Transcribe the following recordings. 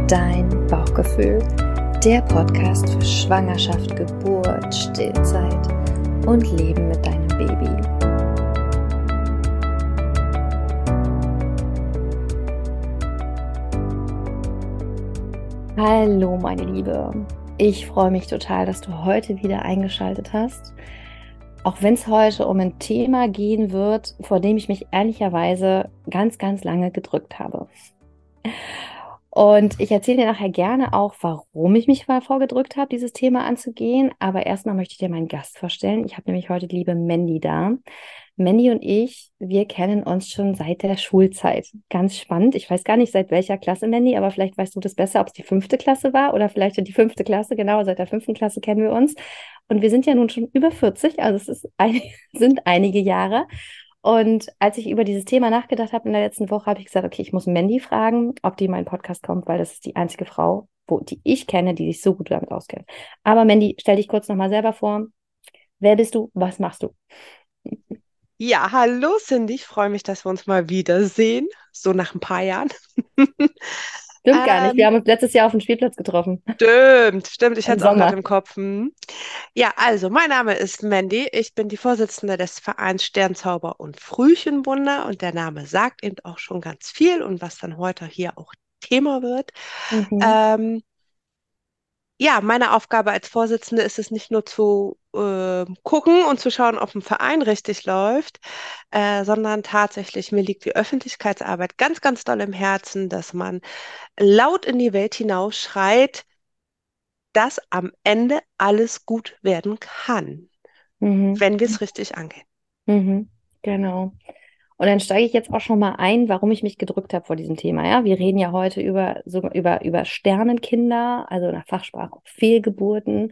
dein Bauchgefühl, der Podcast für Schwangerschaft, Geburt, Stillzeit und Leben mit deinem Baby. Hallo meine Liebe, ich freue mich total, dass du heute wieder eingeschaltet hast. Auch wenn es heute um ein Thema gehen wird, vor dem ich mich ehrlicherweise ganz, ganz lange gedrückt habe. Und ich erzähle dir nachher gerne auch, warum ich mich mal vorgedrückt habe, dieses Thema anzugehen. Aber erstmal möchte ich dir meinen Gast vorstellen. Ich habe nämlich heute die liebe Mandy da. Mandy und ich, wir kennen uns schon seit der Schulzeit. Ganz spannend. Ich weiß gar nicht, seit welcher Klasse, Mandy, aber vielleicht weißt du das besser, ob es die 5. Klasse war oder vielleicht die 5. Klasse. Genau, seit der 5. Klasse kennen wir uns. Und wir sind ja nun schon über 40, also sind einige Jahre. Und als ich über dieses Thema nachgedacht habe in der letzten Woche, habe ich gesagt, okay, ich muss Mandy fragen, ob die in meinen Podcast kommt, weil das ist die einzige Frau, die ich kenne, die sich so gut damit auskennt. Aber Mandy, stell dich kurz nochmal selber vor. Wer bist du? Was machst du? Ja, hallo Cindy, ich freue mich, dass wir uns mal wiedersehen, so nach ein paar Jahren. Stimmt gar nicht. Wir Ähm, haben uns letztes Jahr auf dem Spielplatz getroffen. stimmt, ich Im hatte es auch gerade Sommer. im Kopf. Ja, also mein Name ist Mandy, ich bin die Vorsitzende des Vereins Sternzauber und Frühchenwunder und der Name sagt eben auch schon ganz viel und was dann heute hier auch Thema wird. Mhm. Ähm, Ja, meine Aufgabe als Vorsitzende ist es nicht nur zu gucken und zu schauen, ob ein Verein richtig läuft, sondern tatsächlich, mir liegt die Öffentlichkeitsarbeit ganz, ganz doll im Herzen, dass man laut in die Welt hinaus schreit, dass am Ende alles gut werden kann, Mhm. wenn wir es richtig angehen. Mhm. Genau. Und dann steige ich jetzt auch schon mal ein, warum ich mich gedrückt habe vor diesem Thema. Ja, wir reden ja heute über Sternenkinder, also in der Fachsprache auch Fehlgeburten.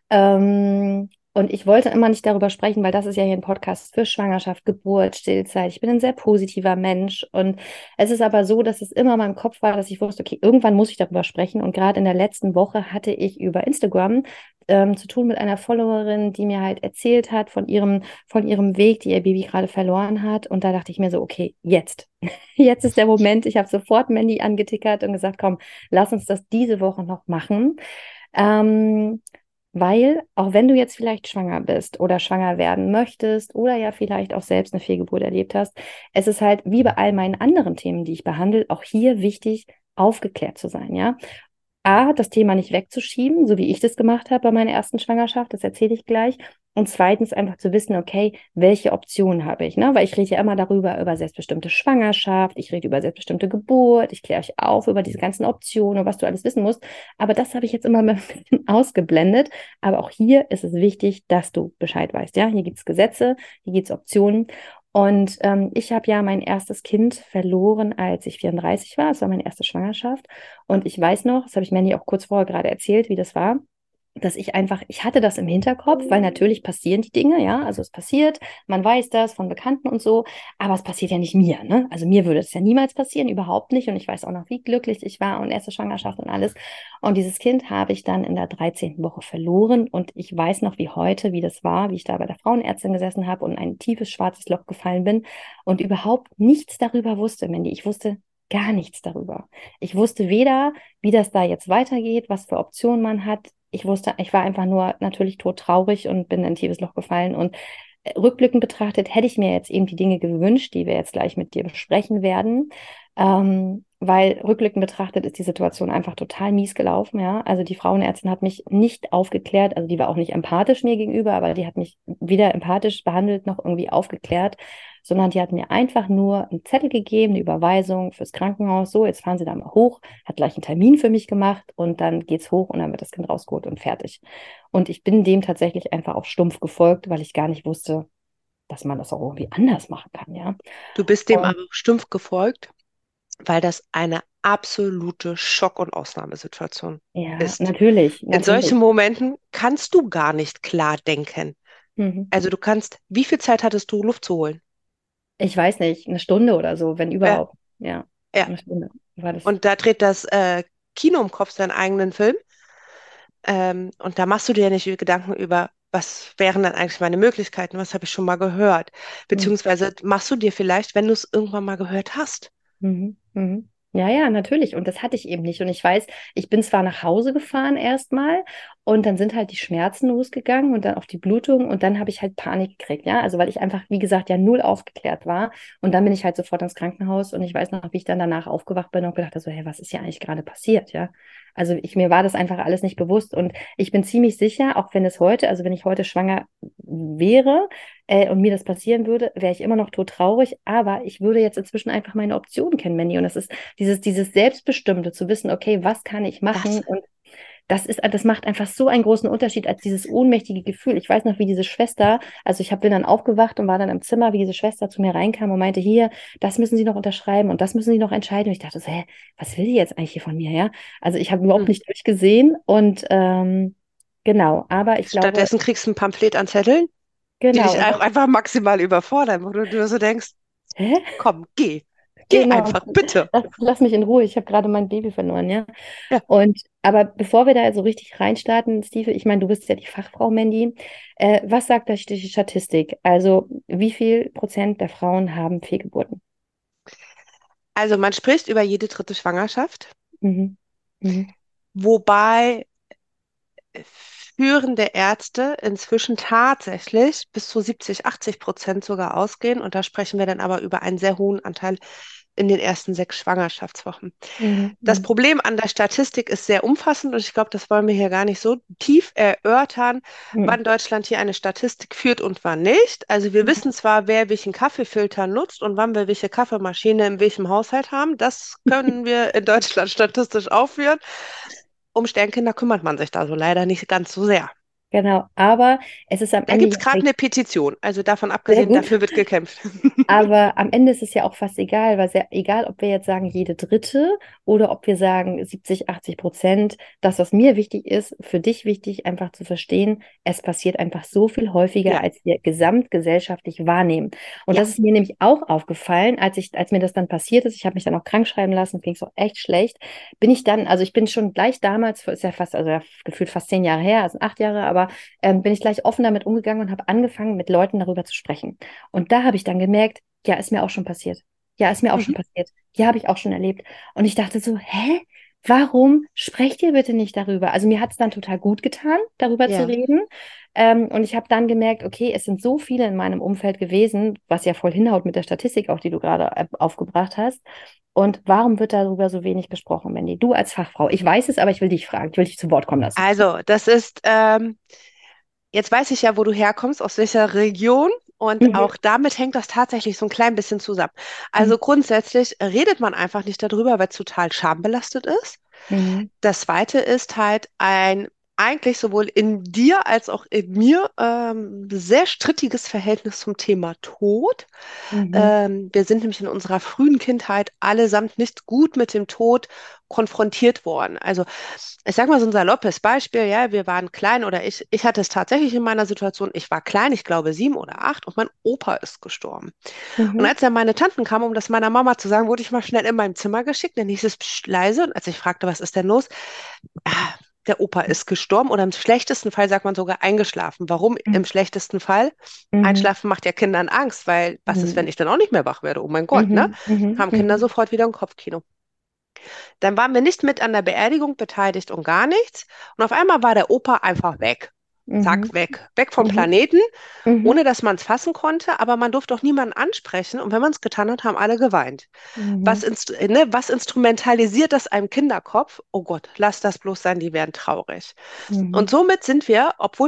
Und ich wollte immer nicht darüber sprechen, weil das ist ja hier ein Podcast für Schwangerschaft, Geburt, Stillzeit. Ich bin ein sehr positiver Mensch. Und es ist aber so, dass es immer in meinem Kopf war, dass ich wusste, okay, irgendwann muss ich darüber sprechen. Und gerade in der letzten Woche hatte ich über Instagram zu tun mit einer Followerin, die mir halt erzählt hat von ihrem Weg, die ihr Baby gerade verloren hat. Und da dachte ich mir so, okay, jetzt. Jetzt ist der Moment. Ich habe sofort Mandy angetickert und gesagt, komm, lass uns das diese Woche noch machen. Ähm, Weil, auch wenn du jetzt vielleicht schwanger bist oder schwanger werden möchtest oder ja vielleicht auch selbst eine Fehlgeburt erlebt hast, es ist halt wie bei all meinen anderen Themen, die ich behandle, auch hier wichtig, aufgeklärt zu sein, ja. A, das Thema nicht wegzuschieben, so wie ich das gemacht habe bei meiner ersten Schwangerschaft, das erzähle ich gleich. Und zweitens einfach zu wissen, okay, welche Optionen habe ich, ne? Weil ich rede ja immer darüber, über selbstbestimmte Schwangerschaft, ich rede über selbstbestimmte Geburt, ich kläre euch auf über diese ganzen Optionen und was du alles wissen musst. Aber das habe ich jetzt immer ein bisschen ausgeblendet. Aber auch hier ist es wichtig, dass du Bescheid weißt, ja? Hier gibt es Gesetze, hier gibt es Optionen. Und ich habe ja mein erstes Kind verloren, als ich 34 war. Das war meine erste Schwangerschaft. Und ich weiß noch, das habe ich Mandy auch kurz vorher gerade erzählt, wie das war, dass ich hatte das im Hinterkopf, weil natürlich passieren die Dinge, ja, also es passiert, man weiß das von Bekannten und so, aber es passiert ja nicht mir, ne? Also mir würde es ja niemals passieren, überhaupt nicht. Und ich weiß auch noch, wie glücklich ich war und erste Schwangerschaft und alles. Und dieses Kind habe ich dann in der 13. Woche verloren und ich weiß noch wie heute, wie das war, wie ich da bei der Frauenärztin gesessen habe und in ein tiefes schwarzes Loch gefallen bin und überhaupt nichts darüber wusste, Mandy. Ich wusste gar nichts darüber. Ich wusste weder, wie das da jetzt weitergeht, was für Optionen man hat. Ich war einfach nur natürlich todtraurig und bin in ein tiefes Loch gefallen. Und rückblickend betrachtet hätte ich mir jetzt eben die Dinge gewünscht, die wir jetzt gleich mit dir besprechen werden. Weil rückblickend betrachtet ist die Situation einfach total mies gelaufen, ja. Also die Frauenärztin hat mich nicht aufgeklärt, also die war auch nicht empathisch mir gegenüber, aber die hat mich weder empathisch behandelt noch irgendwie aufgeklärt, sondern die hat mir einfach nur einen Zettel gegeben, eine Überweisung fürs Krankenhaus. So, jetzt fahren Sie da mal hoch, hat gleich einen Termin für mich gemacht und dann geht's hoch und dann wird das Kind rausgeholt und fertig. Und ich bin dem tatsächlich einfach auch stumpf gefolgt, weil ich gar nicht wusste, dass man das auch irgendwie anders machen kann, ja. Du bist dem Und aber stumpf gefolgt, weil das eine absolute Schock- und Ausnahmesituation ja, ist. natürlich, In solchen natürlich. Momenten kannst du gar nicht klar denken. Mhm. Also wie viel Zeit hattest du, Luft zu holen? Ich weiß nicht, eine Stunde oder so, wenn Ja, überhaupt. Ja, ja. eine Stunde war das. Und da dreht das Kino im Kopf seinen eigenen Film. Und da machst du dir ja nicht Gedanken über, was wären dann eigentlich meine Möglichkeiten, was habe ich schon mal gehört. Mhm. Beziehungsweise machst du dir vielleicht, wenn du es irgendwann mal gehört hast. Mhm. Mhm. Ja, ja, natürlich. Und das hatte ich eben nicht. Und ich weiß, ich bin zwar nach Hause gefahren erstmal und dann sind halt die Schmerzen losgegangen und dann auch die Blutung und dann habe ich halt Panik gekriegt, ja. Also weil ich einfach, wie gesagt, ja null aufgeklärt war. Und dann bin ich halt sofort ins Krankenhaus und ich weiß noch, wie ich dann danach aufgewacht bin und gedacht habe, so, hey, was ist hier eigentlich gerade passiert, ja? Also mir war das einfach alles nicht bewusst und ich bin ziemlich sicher, auch wenn es heute, also wenn ich heute schwanger wäre, und mir das passieren würde, wäre ich immer noch todtraurig, aber ich würde jetzt inzwischen einfach meine Optionen kennen, Mandy. Und das ist dieses Selbstbestimmte, zu wissen, okay, was kann ich Das, machen? Und das macht einfach so einen großen Unterschied als dieses ohnmächtige Gefühl. Ich weiß noch, wie diese Schwester, also bin dann aufgewacht und war dann im Zimmer, wie diese Schwester zu mir reinkam und meinte, hier, das müssen Sie noch unterschreiben und das müssen Sie noch entscheiden. Und ich dachte so, hä, was will die jetzt eigentlich hier von mir, ja? Also ich habe überhaupt hm. nicht durchgesehen und genau, aber ich glaube, Stattdessen kriegst du ein Pamphlet an Zetteln, die genau, dich auch einfach maximal überfordern, wo du dir so denkst, hä? komm, geh. Geh Genau, einfach, bitte. lass mich in Ruhe, ich habe gerade mein Baby verloren, ja. Ja. Aber bevor wir da so richtig reinstarten, Steve, ich meine, du bist ja die Fachfrau, Mandy. Was sagt da die Statistik? Also, wie viel Prozent der Frauen haben Fehlgeburten? Also man spricht über jede dritte Schwangerschaft, Mhm. Mhm. wobei führende Ärzte inzwischen tatsächlich bis zu 70, 80% sogar ausgehen. Und da sprechen wir dann aber über einen sehr hohen Anteil in den ersten 6 Schwangerschaftswochen. Mhm. Das Mhm. Problem an der Statistik ist sehr umfassend und ich glaube, das wollen wir hier gar nicht so tief erörtern, Mhm. wann Deutschland hier eine Statistik führt und wann nicht. Also wir Mhm. wissen zwar, wer welchen Kaffeefilter nutzt und wann wir welche Kaffeemaschine in welchem Haushalt haben. Das können wir in Deutschland statistisch aufführen. Um Sternkinder kümmert man sich da so leider nicht ganz so sehr. Genau, aber es ist am Da Ende gibt es ja gerade eine Petition. Also davon sehr abgesehen, gut. dafür wird gekämpft. Aber am Ende ist es ja auch fast egal, weil sehr, egal, ob wir jetzt sagen, jede dritte oder ob wir sagen 70, 80%, das, was mir wichtig ist, für dich wichtig, einfach zu verstehen, es passiert einfach so viel häufiger, Ja, als wir gesamtgesellschaftlich wahrnehmen. Und ja. das ist mir nämlich auch aufgefallen, als mir das dann passiert ist, ich habe mich dann auch krank schreiben lassen, ging es auch echt schlecht, bin ich dann, also ich bin schon gleich damals, ist ja fast, also ja, gefühlt fast 10 Jahre her, also 8 Jahre, aber bin ich gleich offen damit umgegangen und habe angefangen, mit Leuten darüber zu sprechen. Und da habe ich dann gemerkt, ja, ist mir auch schon passiert. Ja, ist mir auch Mhm. schon passiert. Ja, habe ich auch schon erlebt. Und ich dachte so, hä? Warum sprecht ihr bitte nicht darüber? Also mir hat es dann total gut getan, darüber zu Ja. reden. Und ich habe dann gemerkt, okay, es sind so viele in meinem Umfeld gewesen, was ja voll hinhaut mit der Statistik auch, die du gerade aufgebracht hast. Und warum wird darüber so wenig gesprochen, Mandy? Du als Fachfrau. Ich weiß es, aber ich will dich fragen. Ich will dich zu Wort kommen lassen. Also, das ist, jetzt weiß ich ja, wo du herkommst, aus welcher Region. Und Mhm. auch damit hängt das tatsächlich so ein klein bisschen zusammen. Mhm. Also grundsätzlich redet man einfach nicht darüber, weil es total schambelastet ist. Mhm. Das Zweite ist halt ein eigentlich sowohl in dir als auch in mir sehr strittiges Verhältnis zum Thema Tod. Mhm. Wir sind nämlich in unserer frühen Kindheit allesamt nicht gut mit dem Tod konfrontiert worden. Also ich sage mal so ein saloppes Beispiel, ja, wir waren klein oder ich hatte es tatsächlich in meiner Situation, ich war klein, ich glaube 7 oder 8 und mein Opa ist gestorben. Und Mhm. als dann meine Tanten kamen, um das meiner Mama zu sagen, wurde ich mal schnell in meinem Zimmer geschickt, dann hieß es pst, leise und als ich fragte, was ist denn los? Ah, der Opa ist gestorben oder im schlechtesten Fall sagt man sogar eingeschlafen. Warum im Mhm. schlechtesten Fall? Mhm. Einschlafen macht ja Kindern Angst, weil was ist, wenn Mhm. ich dann auch nicht mehr wach werde? Oh mein Gott, ne? Mhm. Mhm. Haben Kinder Mhm. sofort wieder ein Kopfkino. Dann waren wir nicht mit an der Beerdigung beteiligt und gar nichts. Und auf einmal war der Opa einfach weg. Zack, Mhm. weg. Weg vom Mhm. Planeten, ohne Mhm. dass man es fassen konnte, aber man durfte auch niemanden ansprechen. Und wenn man es getan hat, haben alle geweint. Mhm. Was instrumentalisiert das einem Kinderkopf? Oh Gott, lass das bloß sein, die werden traurig. Und Mhm. somit sind wir, obwohl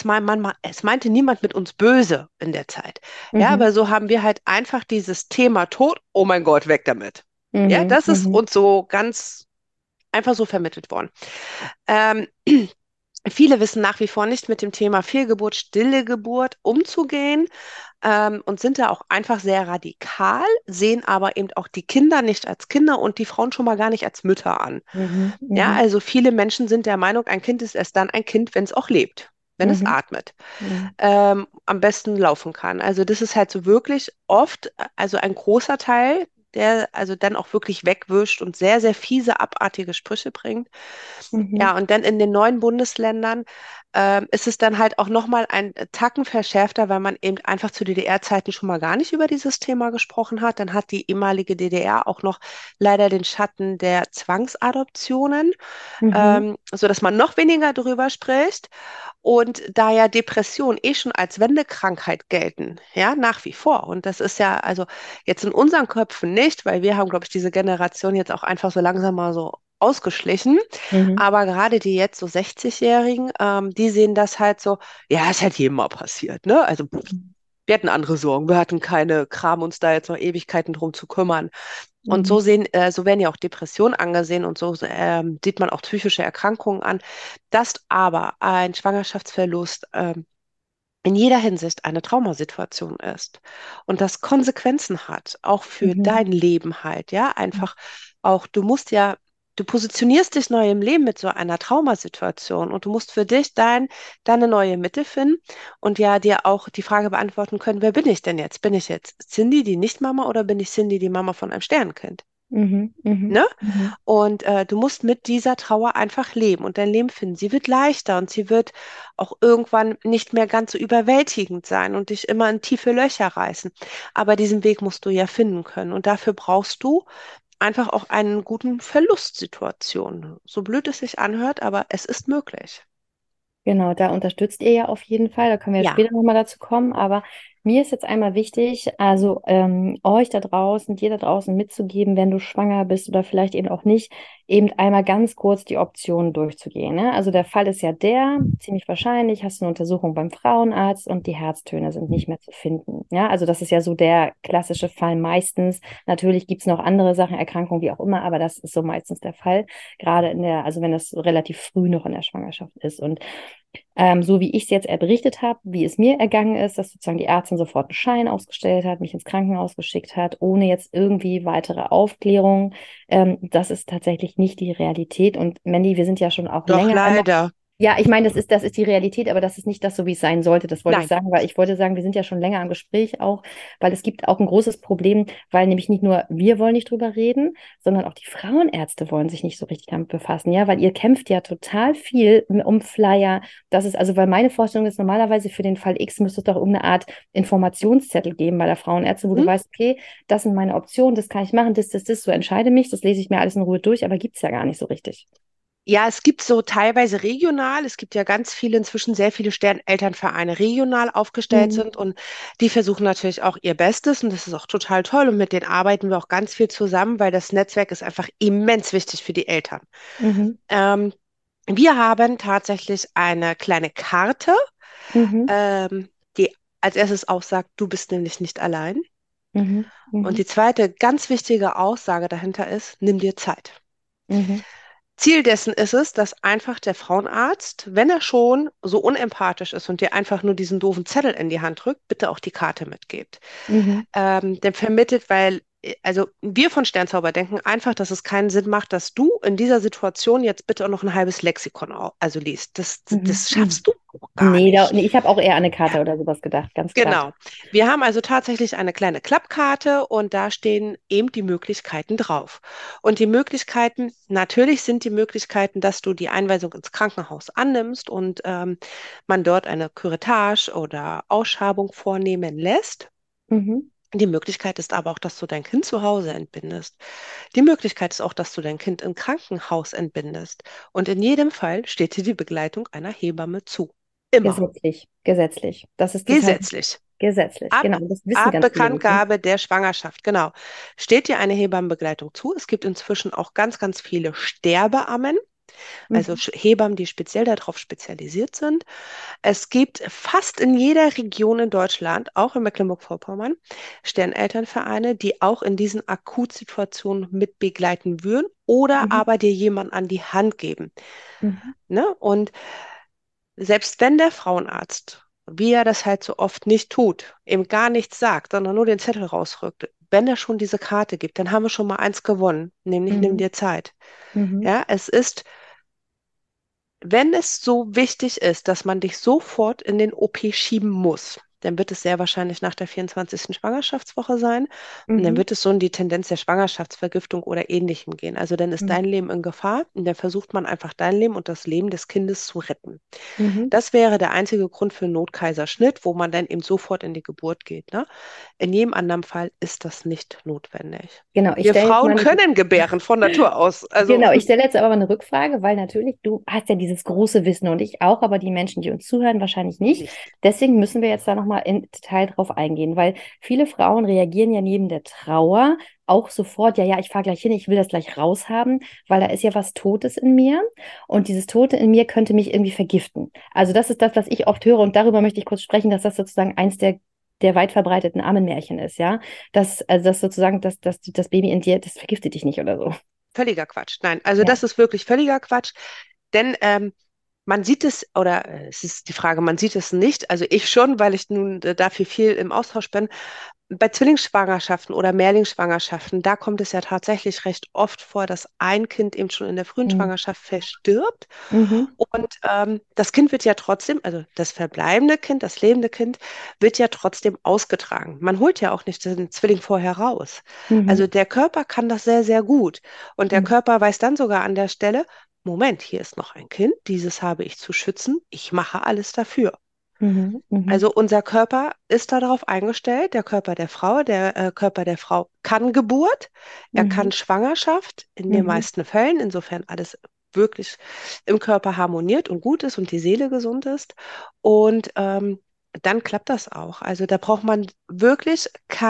es meinte niemand mit uns böse in der Zeit. Ja, Mhm. aber so haben wir halt einfach dieses Thema Tod, oh mein Gott, weg damit. Ja, Mhm. das ist Mhm. uns so ganz einfach so vermittelt worden. Ähm, Viele wissen nach wie vor nicht mit dem Thema Fehlgeburt, stille Geburt umzugehen, und sind da auch einfach sehr radikal, sehen aber eben auch die Kinder nicht als Kinder und die Frauen schon mal gar nicht als Mütter an. Mhm. Ja, Mhm. also viele Menschen sind der Meinung, ein Kind ist erst dann ein Kind, wenn es auch lebt, wenn es Mhm. atmet, Mhm. am besten laufen kann. Also das ist halt so wirklich oft, also ein großer Teil, der also dann auch wirklich wegwischt und sehr, sehr fiese, abartige Sprüche bringt. Mhm. Ja, und dann in den neuen Bundesländern. ist es dann halt auch nochmal ein Tacken verschärfter, weil man eben einfach zu DDR-Zeiten schon mal gar nicht über dieses Thema gesprochen hat. Dann hat die ehemalige DDR auch noch leider den Schatten der Zwangsadoptionen, Mhm. sodass man noch weniger darüber spricht. Und da ja Depressionen eh schon als Wendekrankheit gelten, ja, nach wie vor. Und das ist ja also jetzt in unseren Köpfen nicht, weil wir haben, glaube ich, diese Generation jetzt auch einfach so langsam mal so ausgeschlichen. Mhm. Aber gerade die jetzt so 60-Jährigen, die sehen das halt so, ja, ist halt jedem mal passiert, ne? Also wir hatten andere Sorgen, wir hatten keine Kram, uns da jetzt noch Ewigkeiten drum zu kümmern. Und Mhm. so werden ja auch Depressionen angesehen und so sieht man auch psychische Erkrankungen an, dass aber ein Schwangerschaftsverlust in jeder Hinsicht eine Traumasituation ist und das Konsequenzen hat, auch für Mhm. dein Leben halt, ja, einfach auch, du positionierst dich neu im Leben mit so einer Traumasituation und du musst für dich deine neue Mitte finden und ja dir auch die Frage beantworten können, wer bin ich denn jetzt? Bin ich jetzt Cindy, die Nicht-Mama, oder bin ich Cindy, die Mama von einem Sternenkind? Mhm. Mhm. Ne? Mhm. Und du musst mit dieser Trauer einfach leben und dein Leben finden. Sie wird leichter und sie wird auch irgendwann nicht mehr ganz so überwältigend sein und dich immer in tiefe Löcher reißen. Aber diesen Weg musst du ja finden können. Und dafür brauchst du einfach auch einen guten Verlustsituation. So blöd es sich anhört, aber es ist möglich. Genau, da unterstützt ihr ja auf jeden Fall. Da können wir ja Ja, später nochmal dazu kommen. Aber mir ist jetzt einmal wichtig, also euch da draußen, dir da draußen mitzugeben, wenn du schwanger bist oder vielleicht eben auch nicht, eben einmal ganz kurz die Optionen durchzugehen. Ne? Also der Fall ist ja der, ziemlich wahrscheinlich, hast du eine Untersuchung beim Frauenarzt und die Herztöne sind nicht mehr zu finden. Ja, also das ist ja so der klassische Fall meistens. Natürlich gibt es noch andere Sachen, Erkrankungen, wie auch immer, aber das ist so meistens der Fall. Gerade also wenn das relativ früh noch in der Schwangerschaft ist. Und so wie ich es jetzt berichtet habe, wie es mir ergangen ist, dass sozusagen die Ärztin sofort einen Schein ausgestellt hat, mich ins Krankenhaus geschickt hat, ohne jetzt irgendwie weitere Aufklärung. Das ist tatsächlich nicht die Realität. Und Mandy, wir sind ja schon auch doch länger einmal. leider. Ja, ich meine, das ist die Realität, aber das ist nicht das, so wie es sein sollte. Das wollte ich Nein. sagen, weil ich wollte sagen, wir sind ja schon länger im Gespräch auch, weil es gibt auch ein großes Problem, weil nämlich nicht nur wir wollen nicht drüber reden, sondern auch die Frauenärzte wollen sich nicht so richtig damit befassen, ja, weil ihr kämpft ja total viel um Flyer. Das ist also, weil meine Vorstellung ist, normalerweise für den Fall X müsste es doch irgendeine Art Informationszettel geben bei der Frauenärzte, wo du Hm? weißt, okay, das sind meine Optionen, das kann ich machen, das, so entscheide mich, das lese ich mir alles in Ruhe durch, aber gibt es ja gar nicht so richtig. Ja, es gibt so teilweise regional, es gibt ja ganz viele, inzwischen sehr viele Sternelternvereine regional aufgestellt Mhm. sind und die versuchen natürlich auch ihr Bestes und das ist auch total toll und mit denen arbeiten wir auch ganz viel zusammen, weil das Netzwerk ist einfach immens wichtig für die Eltern. Mhm. Ähm, Wir haben tatsächlich eine kleine Karte, Mhm. die als erstes aussagt, du bist nämlich nicht allein. Mhm. Und die Mhm. zweite ganz wichtige Aussage dahinter ist, nimm dir Zeit. Mhm. Ziel dessen ist es, dass einfach der Frauenarzt, wenn er schon so unempathisch ist und dir einfach nur diesen doofen Zettel in die Hand drückt, bitte auch die Karte mitgibt. Mhm. Der vermittelt, weil, also wir von Sternzauber denken einfach, dass es keinen Sinn macht, dass du in dieser Situation jetzt bitte auch noch ein halbes Lexikon also liest. Mhm. Das Mhm. schaffst du auch gar Nee, nicht. nee, ich habe auch eher an eine Ja. Karte oder sowas gedacht, ganz klar. Genau. Wir haben also tatsächlich eine kleine Klappkarte und da stehen eben die Möglichkeiten drauf. Und die Möglichkeiten, natürlich sind die Möglichkeiten, dass du die Einweisung ins Krankenhaus annimmst und man dort eine Curettage oder Ausschabung vornehmen lässt. Mhm. Die Möglichkeit ist aber auch, dass du dein Kind zu Hause entbindest. Die Möglichkeit ist auch, dass du dein Kind im Krankenhaus entbindest. Und in jedem Fall steht dir die Begleitung einer Hebamme zu. Immer. Gesetzlich, gesetzlich. Das ist total Gesetzlich. gesetzlich, Ab, genau. Das wissen ab ganz viele nicht. Ne? Bekanntgabe der Schwangerschaft, genau. Steht dir eine Hebammenbegleitung zu. Es gibt inzwischen auch ganz, ganz viele Sterbeammen, also Mhm. Hebammen, die speziell darauf spezialisiert sind. Es gibt fast in jeder Region in Deutschland, auch in Mecklenburg-Vorpommern, Sternelternvereine, die auch in diesen Akutsituationen mit begleiten würden oder Mhm. aber dir jemanden an die Hand geben. Mhm. Ne? Und selbst wenn der Frauenarzt, wie er das halt so oft nicht tut, ihm gar nichts sagt, sondern nur den Zettel rausrückt, wenn er schon diese Karte gibt, dann haben wir schon mal eins gewonnen, nämlich nimm Mhm. dir Zeit. Mhm. Ja, es ist, wenn es so wichtig ist, dass man dich sofort in den OP schieben muss, dann wird es sehr wahrscheinlich nach der 24. Schwangerschaftswoche sein. Und dann Mhm. wird es so in die Tendenz der Schwangerschaftsvergiftung oder Ähnlichem gehen. Also dann ist Mhm. dein Leben in Gefahr und dann versucht man einfach dein Leben und das Leben des Kindes zu retten. Mhm. Das wäre der einzige Grund für einen Notkaiserschnitt, wo man dann eben sofort in die Geburt geht, ne? In jedem anderen Fall ist das nicht notwendig. Genau, ich Wir stelle jetzt mal Frauen eine, können gebären von Natur aus. Also genau, ich stelle jetzt aber eine Rückfrage, weil natürlich du hast ja dieses große Wissen und ich auch, aber die Menschen, die uns zuhören, wahrscheinlich nicht. nicht. Deswegen müssen wir jetzt da nochmal im Detail drauf eingehen, weil viele Frauen reagieren ja neben der Trauer auch sofort, ja, ja, ich fahre gleich hin, ich will das gleich raushaben, weil da ist ja was Totes in mir und dieses Tote in mir könnte mich irgendwie vergiften. Also das ist das, was ich oft höre und darüber möchte ich kurz sprechen, dass das sozusagen eins der weit verbreiteten Ammenmärchen ist, ja. Also das sozusagen, das Baby in dir, das vergiftet dich nicht oder so. Völliger Quatsch. Nein, also Ja. das ist wirklich völliger Quatsch. Denn man sieht es, oder es ist die Frage, man sieht es nicht, also ich schon, weil ich nun dafür viel im Austausch bin. Bei Zwillingsschwangerschaften oder Mehrlingsschwangerschaften, da kommt es ja tatsächlich recht oft vor, dass ein Kind eben schon in der frühen Mhm. Schwangerschaft verstirbt. Mhm. Und das Kind wird ja trotzdem, also das verbleibende Kind, das lebende Kind, wird ja trotzdem ausgetragen. Man holt ja auch nicht den Zwilling vorher raus. Mhm. Also der Körper kann das sehr, sehr gut. Und der Mhm. Körper weiß dann sogar an der Stelle, Moment, hier ist noch ein Kind, dieses habe ich zu schützen, ich mache alles dafür. Mhm. Mhm. Also unser Körper ist darauf eingestellt, der Körper der Frau kann Geburt, er kann Mhm. Schwangerschaft in den Mhm. meisten Fällen, insofern alles wirklich im Körper harmoniert und gut ist und die Seele gesund ist. Und dann klappt das auch. Also da braucht man wirklich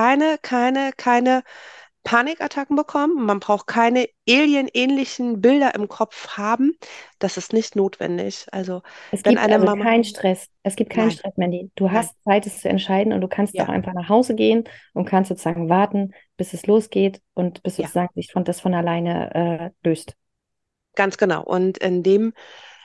keine Panikattacken bekommen. Man braucht keine Alien-ähnlichen Bilder im Kopf haben. Das ist nicht notwendig. Also Es wenn gibt eine also Mama, keinen Stress. Es gibt keinen nein, Stress, Mandy. Du nein, hast Zeit, es zu entscheiden und du kannst auch ja. einfach nach Hause gehen und kannst sozusagen warten, bis es losgeht und bis Ja, sozusagen sich das von alleine löst. ganz genau. Und in dem,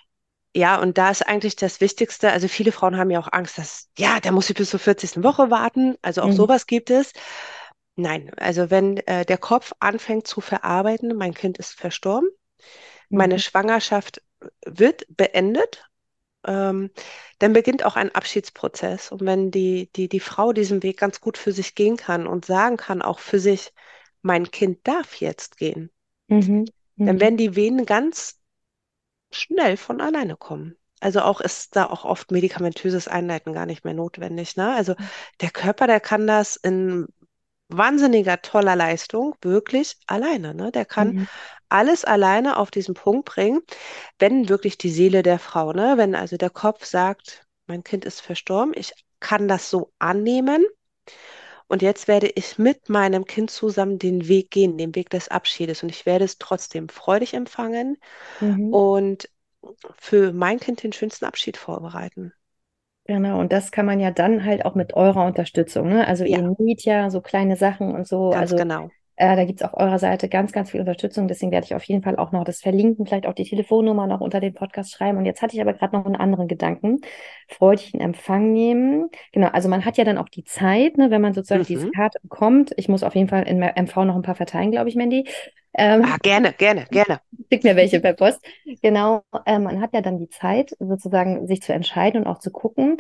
ja, und da ist eigentlich das Wichtigste, also viele Frauen haben ja auch Angst, dass, ja, da muss ich bis zur 40. Woche warten. Also auch Mhm. sowas gibt es. Nein, also wenn der Kopf anfängt zu verarbeiten, mein Kind ist verstorben, meine Mhm. Schwangerschaft wird beendet, ähm, dann beginnt auch ein Abschiedsprozess. Und wenn die Frau diesen Weg ganz gut für sich gehen kann und sagen kann, auch für sich, mein Kind darf jetzt gehen, Mhm. dann Mhm. werden die Wehen ganz schnell von alleine kommen. Also auch ist da auch oft medikamentöses Einleiten gar nicht mehr notwendig, ne? Also der Körper, der kann das in wahnsinniger toller Leistung wirklich alleine, ne? Der kann Mhm. alles alleine auf diesen Punkt bringen, wenn wirklich die Seele der Frau, ne? Wenn also der Kopf sagt, mein Kind ist verstorben, ich kann das so annehmen und jetzt werde ich mit meinem Kind zusammen den Weg gehen, den Weg des Abschiedes und ich werde es trotzdem freudig empfangen Mhm. und für mein Kind den schönsten Abschied vorbereiten. Genau, und das kann man ja dann halt auch mit eurer Unterstützung, ne? Also Ja, ihr nietet ja so kleine Sachen und so. ganz Also genau. da gibt es auf eurer Seite ganz, ganz viel Unterstützung. Deswegen werde ich auf jeden Fall auch noch das verlinken, vielleicht auch die Telefonnummer noch unter den Podcast schreiben. Und jetzt hatte ich aber gerade noch einen anderen Gedanken. Freudig in Empfang nehmen. Genau, also man hat ja dann auch die Zeit, ne, wenn man sozusagen diese Mhm. Karte bekommt. Ich muss auf jeden Fall in MV noch ein paar verteilen, glaube ich, Mandy. Ah, Ähm, gerne, gerne, gerne. Schick mir welche per Post. Genau, man hat ja dann die Zeit, sozusagen sich zu entscheiden und auch zu gucken.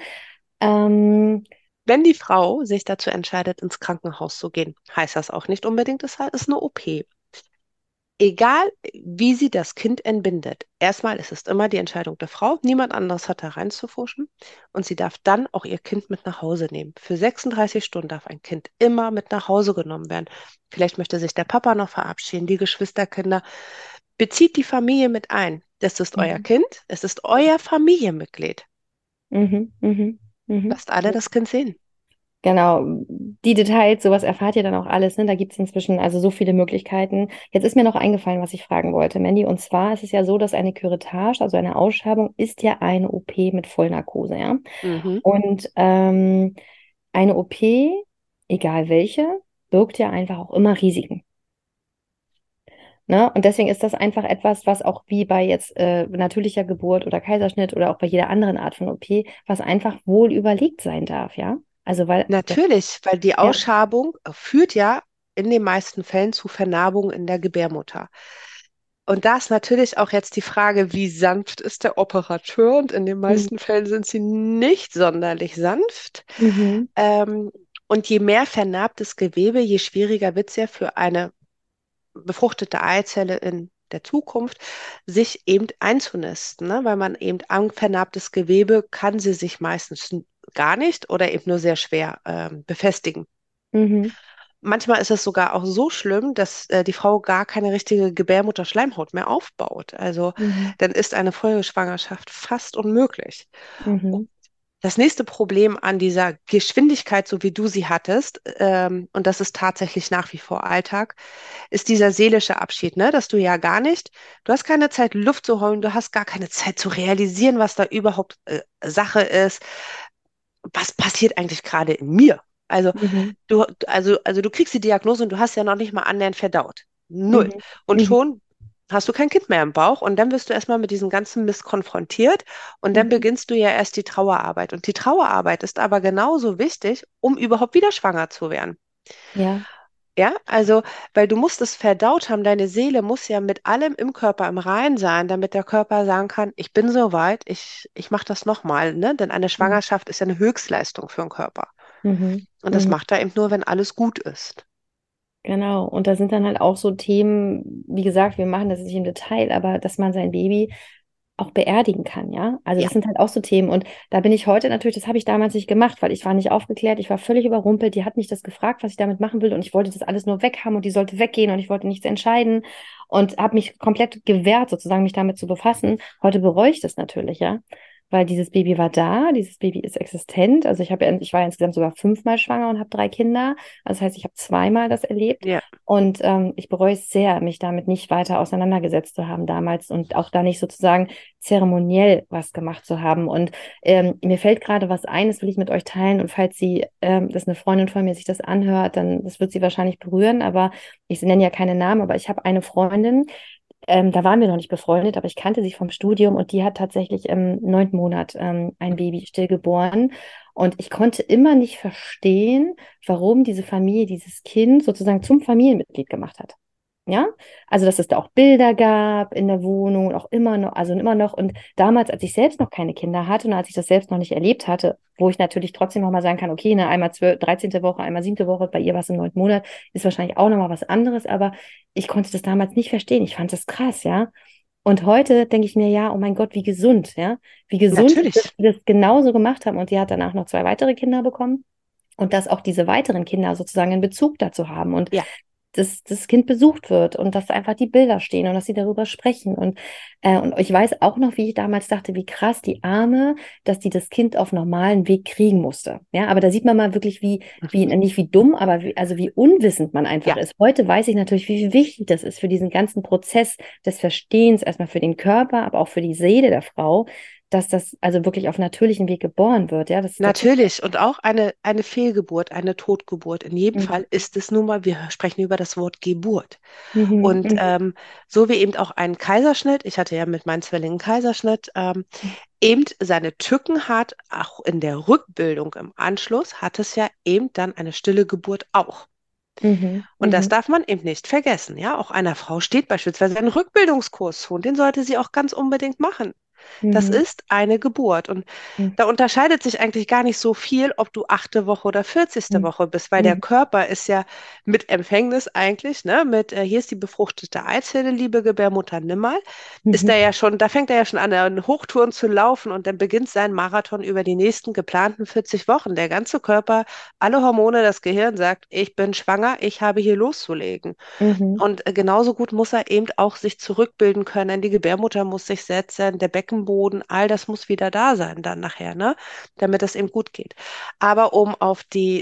Ähm, Wenn die Frau sich dazu entscheidet, ins Krankenhaus zu gehen, heißt das auch nicht unbedingt, es ist eine OP. Egal, wie sie das Kind entbindet. Erstmal ist es immer die Entscheidung der Frau. Niemand anderes hat da reinzufuschen. Und sie darf dann auch ihr Kind mit nach Hause nehmen. Für 36 Stunden darf ein Kind immer mit nach Hause genommen werden. Vielleicht möchte sich der Papa noch verabschieden, die Geschwisterkinder. Bezieht die Familie mit ein. Das ist euer mhm, Kind, es ist euer Familienmitglied. mhm, mhm, mhm. Lasst alle das Kind sehen. Genau, die Details, sowas erfahrt ihr dann auch alles, ne? Da gibt es inzwischen also so viele Möglichkeiten. Jetzt ist mir noch eingefallen, was ich fragen wollte, Mandy. Und zwar ist es ja so, dass eine Curettage, also eine Ausschabung, ist ja eine OP mit Vollnarkose, ja. Mhm. Und eine OP, egal welche, birgt ja einfach auch immer Risiken. Ne? Und deswegen ist das einfach etwas, was auch wie bei jetzt natürlicher Geburt oder Kaiserschnitt oder auch bei jeder anderen Art von OP, was einfach wohl überlegt sein darf, ja. Also weil das, Natürlich, weil die ja. Ausschabung führt ja in den meisten Fällen zu Vernarbung in der Gebärmutter. Und da ist natürlich auch jetzt die Frage, wie sanft ist der Operateur? Und in den Mhm. meisten Fällen sind sie nicht sonderlich sanft. Mhm. Ähm, und je mehr vernarbtes Gewebe, je schwieriger wird es ja für eine befruchtete Eizelle in der Zukunft, sich eben einzunisten, ne? Weil man eben an vernarbtes Gewebe kann sie sich meistens gar nicht oder eben nur sehr schwer befestigen. Mhm. Manchmal ist es sogar auch so schlimm, dass die Frau gar keine richtige Gebärmutterschleimhaut mehr aufbaut. Also Mhm. dann ist eine Folgeschwangerschaft fast unmöglich. Mhm. Das nächste Problem an dieser Geschwindigkeit, so wie du sie hattest, und das ist tatsächlich nach wie vor Alltag, ist dieser seelische Abschied, ne? Dass du ja gar nicht, du hast keine Zeit, Luft zu holen, du hast gar keine Zeit zu realisieren, was da überhaupt Sache ist, was passiert eigentlich gerade in mir? Also Mhm. also du kriegst die Diagnose und du hast ja noch nicht mal annähernd verdaut. Null. Mhm. Und Mhm. schon hast du kein Kind mehr im Bauch und dann wirst du erstmal mit diesem ganzen Mist konfrontiert und dann Mhm. beginnst du ja erst die Trauerarbeit. Und die Trauerarbeit ist aber genauso wichtig, um überhaupt wieder schwanger zu werden. Ja. Ja, also, weil du musst es verdaut haben, deine Seele muss ja mit allem im Körper im Rein sein, damit der Körper sagen kann, ich bin soweit, ich mache das nochmal, ne? Denn eine Mhm. Schwangerschaft ist ja eine Höchstleistung für den Körper. Mhm. Und das Mhm. macht er eben nur, wenn alles gut ist. Genau. Und da sind dann halt auch so Themen, wie gesagt, wir machen das jetzt nicht im Detail, aber dass man sein Baby auch beerdigen kann, ja. Also Ja, das sind halt auch so Themen. Und da bin ich heute natürlich, das habe ich damals nicht gemacht, weil ich war nicht aufgeklärt, ich war völlig überrumpelt. Die hat mich das gefragt, was ich damit machen will. Und ich wollte das alles nur weghaben und die sollte weggehen und ich wollte nichts entscheiden und habe mich komplett gewehrt, sozusagen mich damit zu befassen. Heute bereue ich das natürlich, ja. Weil dieses Baby war da, dieses Baby ist existent. Also ich war ja insgesamt sogar 5-mal schwanger und habe 3 Kinder. Also das heißt, ich habe zweimal das erlebt. ja, Und ich bereue es sehr, mich damit nicht weiter auseinandergesetzt zu haben damals und auch da nicht sozusagen zeremoniell was gemacht zu haben. Und mir fällt gerade was ein, das will ich mit euch teilen. Und falls dass eine Freundin von mir sich das anhört, dann das wird sie wahrscheinlich berühren. Aber ich nenne ja keine Namen, aber ich habe eine Freundin, da waren wir noch nicht befreundet, aber ich kannte sie vom Studium und die hat tatsächlich im 9. Monat ein Baby stillgeboren. Und ich konnte immer nicht verstehen, warum diese Familie dieses Kind sozusagen zum Familienmitglied gemacht hat. Ja, also dass es da auch Bilder gab in der Wohnung und auch immer noch, also immer noch. Und damals, als ich selbst noch keine Kinder hatte und als ich das selbst noch nicht erlebt hatte, wo ich natürlich trotzdem noch mal sagen kann, okay, ne, einmal 13. Woche, einmal 7. Woche, bei ihr war es im 9. Monat, ist wahrscheinlich auch noch mal was anderes, aber ich konnte das damals nicht verstehen. Ich fand das krass, ja. Und heute denke ich mir, ja, oh mein Gott, wie gesund, ja. Wie gesund, dass natürlich. die das genauso gemacht haben. Und die hat danach noch 2 weitere Kinder bekommen. Und dass auch diese weiteren Kinder sozusagen einen Bezug dazu haben. Und Ja, dass das Kind besucht wird und dass einfach die Bilder stehen und dass sie darüber sprechen. Und ich weiß auch noch, wie ich damals dachte, wie krass die Arme, dass die das Kind auf normalen Weg kriegen musste. Ja, aber da sieht man mal wirklich, nicht wie dumm, aber also wie unwissend man einfach ja. ist. Heute weiß ich natürlich, wie wichtig das ist für diesen ganzen Prozess des Verstehens, erstmal für den Körper, aber auch für die Seele der Frau, dass das also wirklich auf natürlichem Weg geboren wird. Ja, das Kind. Natürlich. Und auch eine Fehlgeburt, eine Totgeburt. In jedem Mhm. Fall ist es nun mal, wir sprechen über das Wort Geburt. Mhm. Und Mhm. so wie eben auch ein Kaiserschnitt, ich hatte ja mit meinen Zwillingen Kaiserschnitt, eben seine Tücken hat, auch in der Rückbildung im Anschluss, hat es ja eben dann eine stille Geburt auch. Mhm. Und das Mhm. darf man eben nicht vergessen. Ja, auch einer Frau steht beispielsweise ein Rückbildungskurs zu und den sollte sie auch ganz unbedingt machen. Das Mhm. ist eine Geburt. Und Mhm. da unterscheidet sich eigentlich gar nicht so viel, ob du 8. Woche oder 40. Mhm. Woche bist, weil der Mhm. Körper ist ja mit Empfängnis eigentlich, ne, hier ist die befruchtete Eizelle, liebe Gebärmutter, nimm mal, ist Mhm. er ja schon, da fängt er ja schon an Hochtouren zu laufen und dann beginnt sein Marathon über die nächsten geplanten 40 Wochen. Der ganze Körper, alle Hormone, das Gehirn sagt, ich bin schwanger, ich habe hier loszulegen. Mhm. Und genauso gut muss er eben auch sich zurückbilden können. Die Gebärmutter muss sich setzen, der Beckenboden, all das muss wieder da sein dann nachher, ne? Damit es eben gut geht. Aber um auf die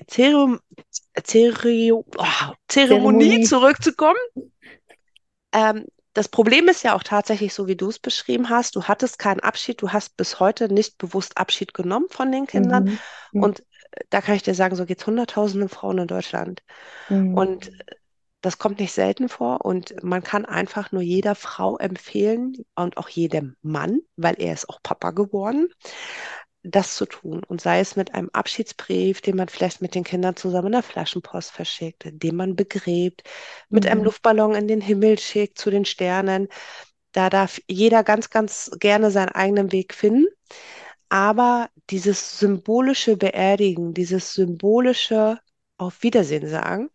Zeremonie Zeremonie. zurückzukommen, ähm, das Problem ist ja auch tatsächlich so, wie du es beschrieben hast. Du hattest keinen Abschied, du hast bis heute nicht bewusst Abschied genommen von den Kindern. Mhm. Mhm. Und da kann ich dir sagen, so geht es hunderttausenden Frauen in Deutschland. Mhm. Und das kommt nicht selten vor und man kann einfach nur jeder Frau empfehlen und auch jedem Mann, weil er ist auch Papa geworden, das zu tun. Und sei es mit einem Abschiedsbrief, den man vielleicht mit den Kindern zusammen in der Flaschenpost verschickt, den man begräbt, mit einem Mhm. Luftballon in den Himmel schickt zu den Sternen. Da darf jeder ganz, ganz gerne seinen eigenen Weg finden. Aber dieses symbolische Beerdigen, dieses symbolische Auf Wiedersehen sagen,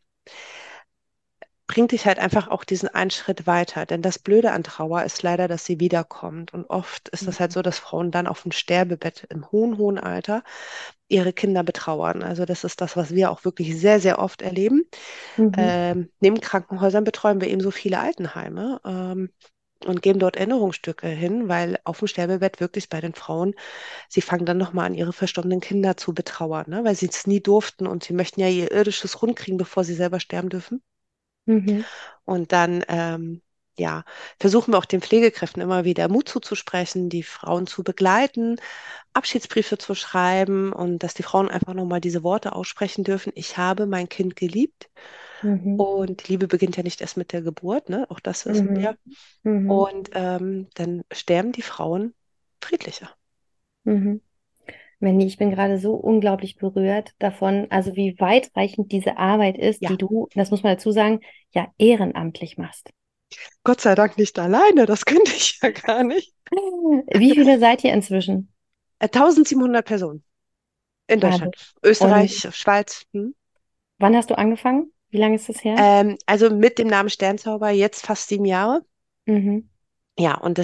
bringt dich halt einfach auch diesen einen Schritt weiter. Denn das Blöde an Trauer ist leider, dass sie wiederkommt. Und oft ist das halt so, dass Frauen dann auf dem Sterbebett im hohen, hohen Alter ihre Kinder betrauern. Also das ist das, was wir auch wirklich sehr, sehr oft erleben. Mhm. Neben Krankenhäusern betreuen wir eben so viele Altenheime. Und geben dort Erinnerungsstücke hin, weil auf dem Sterbebett wirklich bei den Frauen, sie fangen dann nochmal an, ihre verstorbenen Kinder zu betrauern, ne? Weil sie es nie durften und sie möchten ja ihr irdisches Rund kriegen, bevor sie selber sterben dürfen. Mhm. Und dann, ja, versuchen wir auch den Pflegekräften immer wieder Mut zuzusprechen, die Frauen zu begleiten, Abschiedsbriefe zu schreiben und dass die Frauen einfach nochmal diese Worte aussprechen dürfen. Ich habe mein Kind geliebt. Mhm. Und die Liebe beginnt ja nicht erst mit der Geburt, ne? Auch das wissen wir. Mhm. Mhm. Und dann sterben die Frauen friedlicher. Mhm. Mandy, ich bin gerade so unglaublich berührt davon, also wie weitreichend diese Arbeit ist, Ja, die du, das muss man dazu sagen, ja ehrenamtlich machst. Gott sei Dank nicht alleine, das könnte ich ja gar nicht. Wie viele seid ihr inzwischen? 1700 Personen in Wahnsinn. Deutschland, Und Österreich, Schweiz. Hm? wann hast du angefangen? Wie lange ist das her? Also mit dem Namen Sternzauber jetzt fast 7 Jahre. Mhm. Ja, und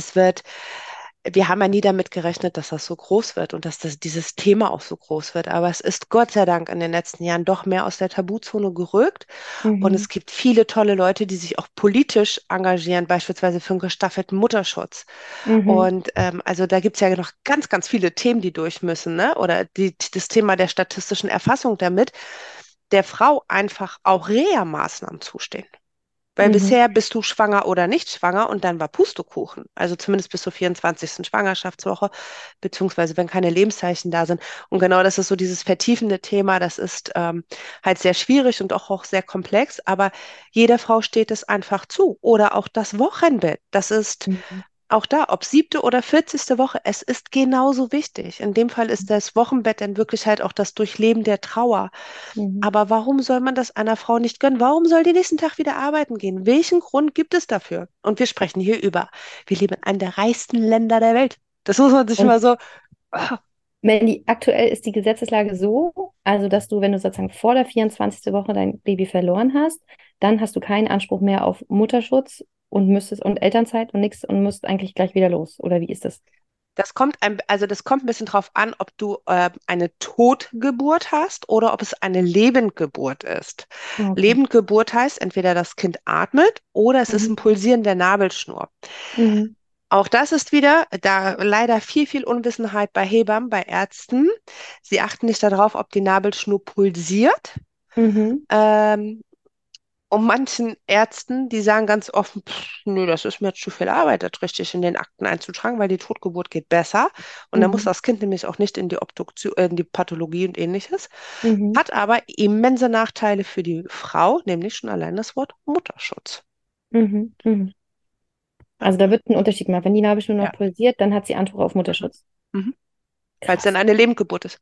wir haben ja nie damit gerechnet, dass das so groß wird und dass dieses Thema auch so groß wird. Aber es ist Gott sei Dank in den letzten Jahren doch mehr aus der Tabuzone gerückt. Und Mhm. es gibt viele tolle Leute, die sich auch politisch engagieren, beispielsweise für einen gestaffelten Mutterschutz. Mhm. Und also da gibt es ja noch ganz, ganz viele Themen, die durch müssen, ne? Oder das Thema der statistischen Erfassung, damit der Frau einfach auch Reha-Maßnahmen zustehen. Weil Mhm. bisher bist du schwanger oder nicht schwanger und dann war Pustekuchen. Also zumindest bis zur 24. Schwangerschaftswoche, beziehungsweise wenn keine Lebenszeichen da sind. Und genau das ist so dieses vertiefende Thema. Das ist halt sehr schwierig und auch sehr komplex. Aber jeder Frau steht es einfach zu. Oder auch das Wochenbett. Das ist Mhm. auch da, ob 7. oder 40. Woche, es ist genauso wichtig. In dem Fall ist das Wochenbett dann wirklich halt auch das Durchleben der Trauer. Mhm. Aber warum soll man das einer Frau nicht gönnen? Warum soll die nächsten Tag wieder arbeiten gehen? Welchen Grund gibt es dafür? Und wir sprechen hier über, wir leben in einem der reichsten Länder der Welt. Das muss man sich Und mal so, ah, Mandy, aktuell ist die Gesetzeslage so, also dass du, wenn du sozusagen vor der 24. Woche dein Baby verloren hast, dann hast du keinen Anspruch mehr auf Mutterschutz und müsstest und Elternzeit und nichts und musst eigentlich gleich wieder los. Oder wie ist das? also das kommt ein bisschen drauf an, ob du eine Totgeburt hast oder ob es eine Lebendgeburt ist. Ah, okay. Lebendgeburt heißt, entweder das Kind atmet oder es ist Mhm. ein Pulsieren der Nabelschnur. Mhm. Auch das ist wieder da leider viel, viel Unwissenheit bei Hebammen, bei Ärzten. Sie achten nicht darauf, ob die Nabelschnur pulsiert. Mhm. Ähm, und manchen Ärzten, die sagen ganz offen, nö, das ist mir jetzt zu viel Arbeit, das richtig in den Akten einzutragen, weil die Totgeburt geht besser. Und dann muss Mhm. das Kind nämlich auch nicht in die Obduktion, in die Pathologie und ähnliches. Mhm. Hat aber immense Nachteile für die Frau, nämlich schon allein das Wort Mutterschutz. Mhm. Mhm. Also da wird ein Unterschied gemacht. Wenn die Nabelschnur noch Ja. pulsiert, dann hat sie Anspruch auf Mhm. Mutterschutz. Mhm. Weil es dann Krass, eine Lebendgeburt ist.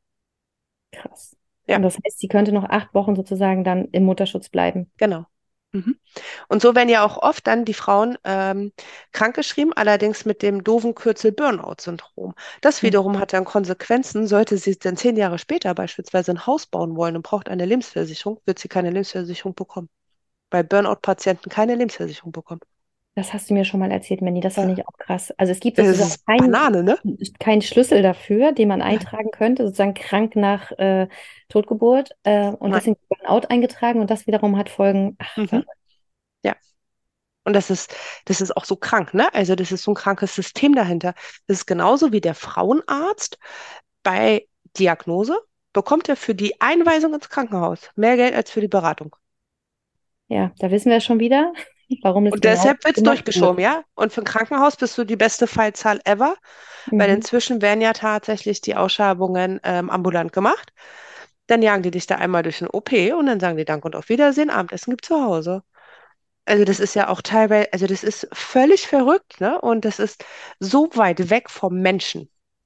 krass. Ja, Und das heißt, sie könnte noch 8 Wochen sozusagen dann im Mutterschutz bleiben. genau. Mhm. Und so werden ja auch oft dann die Frauen krankgeschrieben, allerdings mit dem doofen Kürzel Burnout-Syndrom. Das Mhm. wiederum hat dann Konsequenzen. Sollte sie dann 10 Jahre später beispielsweise ein Haus bauen wollen und braucht eine Lebensversicherung, wird sie keine Lebensversicherung bekommen, weil Burnout-Patienten keine Lebensversicherung bekommen. Das hast du mir schon mal erzählt, Mandy. Das finde Ja, ich auch krass. Also es gibt das sozusagen ist Banane, ne? keinen Schlüssel dafür, den man Nein. eintragen könnte, sozusagen krank nach Totgeburt. Und Nein. deswegen Burnout eingetragen und das wiederum hat Folgen. Ach, Mhm. verrückt. Ja. Und das ist auch so krank, ne? Also das ist so ein krankes System dahinter. Das ist genauso wie der Frauenarzt bei Diagnose bekommt er für die Einweisung ins Krankenhaus mehr Geld als für die Beratung. Ja, da wissen wir schon wieder, warum das Und genau deshalb wird es gemacht wird. durchgeschoben, ja? Und für ein Krankenhaus bist du die beste Fallzahl ever, weil Mhm. inzwischen werden ja tatsächlich die Ausschreibungen ambulant gemacht. Dann jagen die dich da einmal durch den OP und dann sagen die Dank und auf Wiedersehen, Abendessen gibt zu Hause. Also das ist ja auch teilweise, also das ist völlig verrückt, ne? Und das ist so weit weg vom Menschen.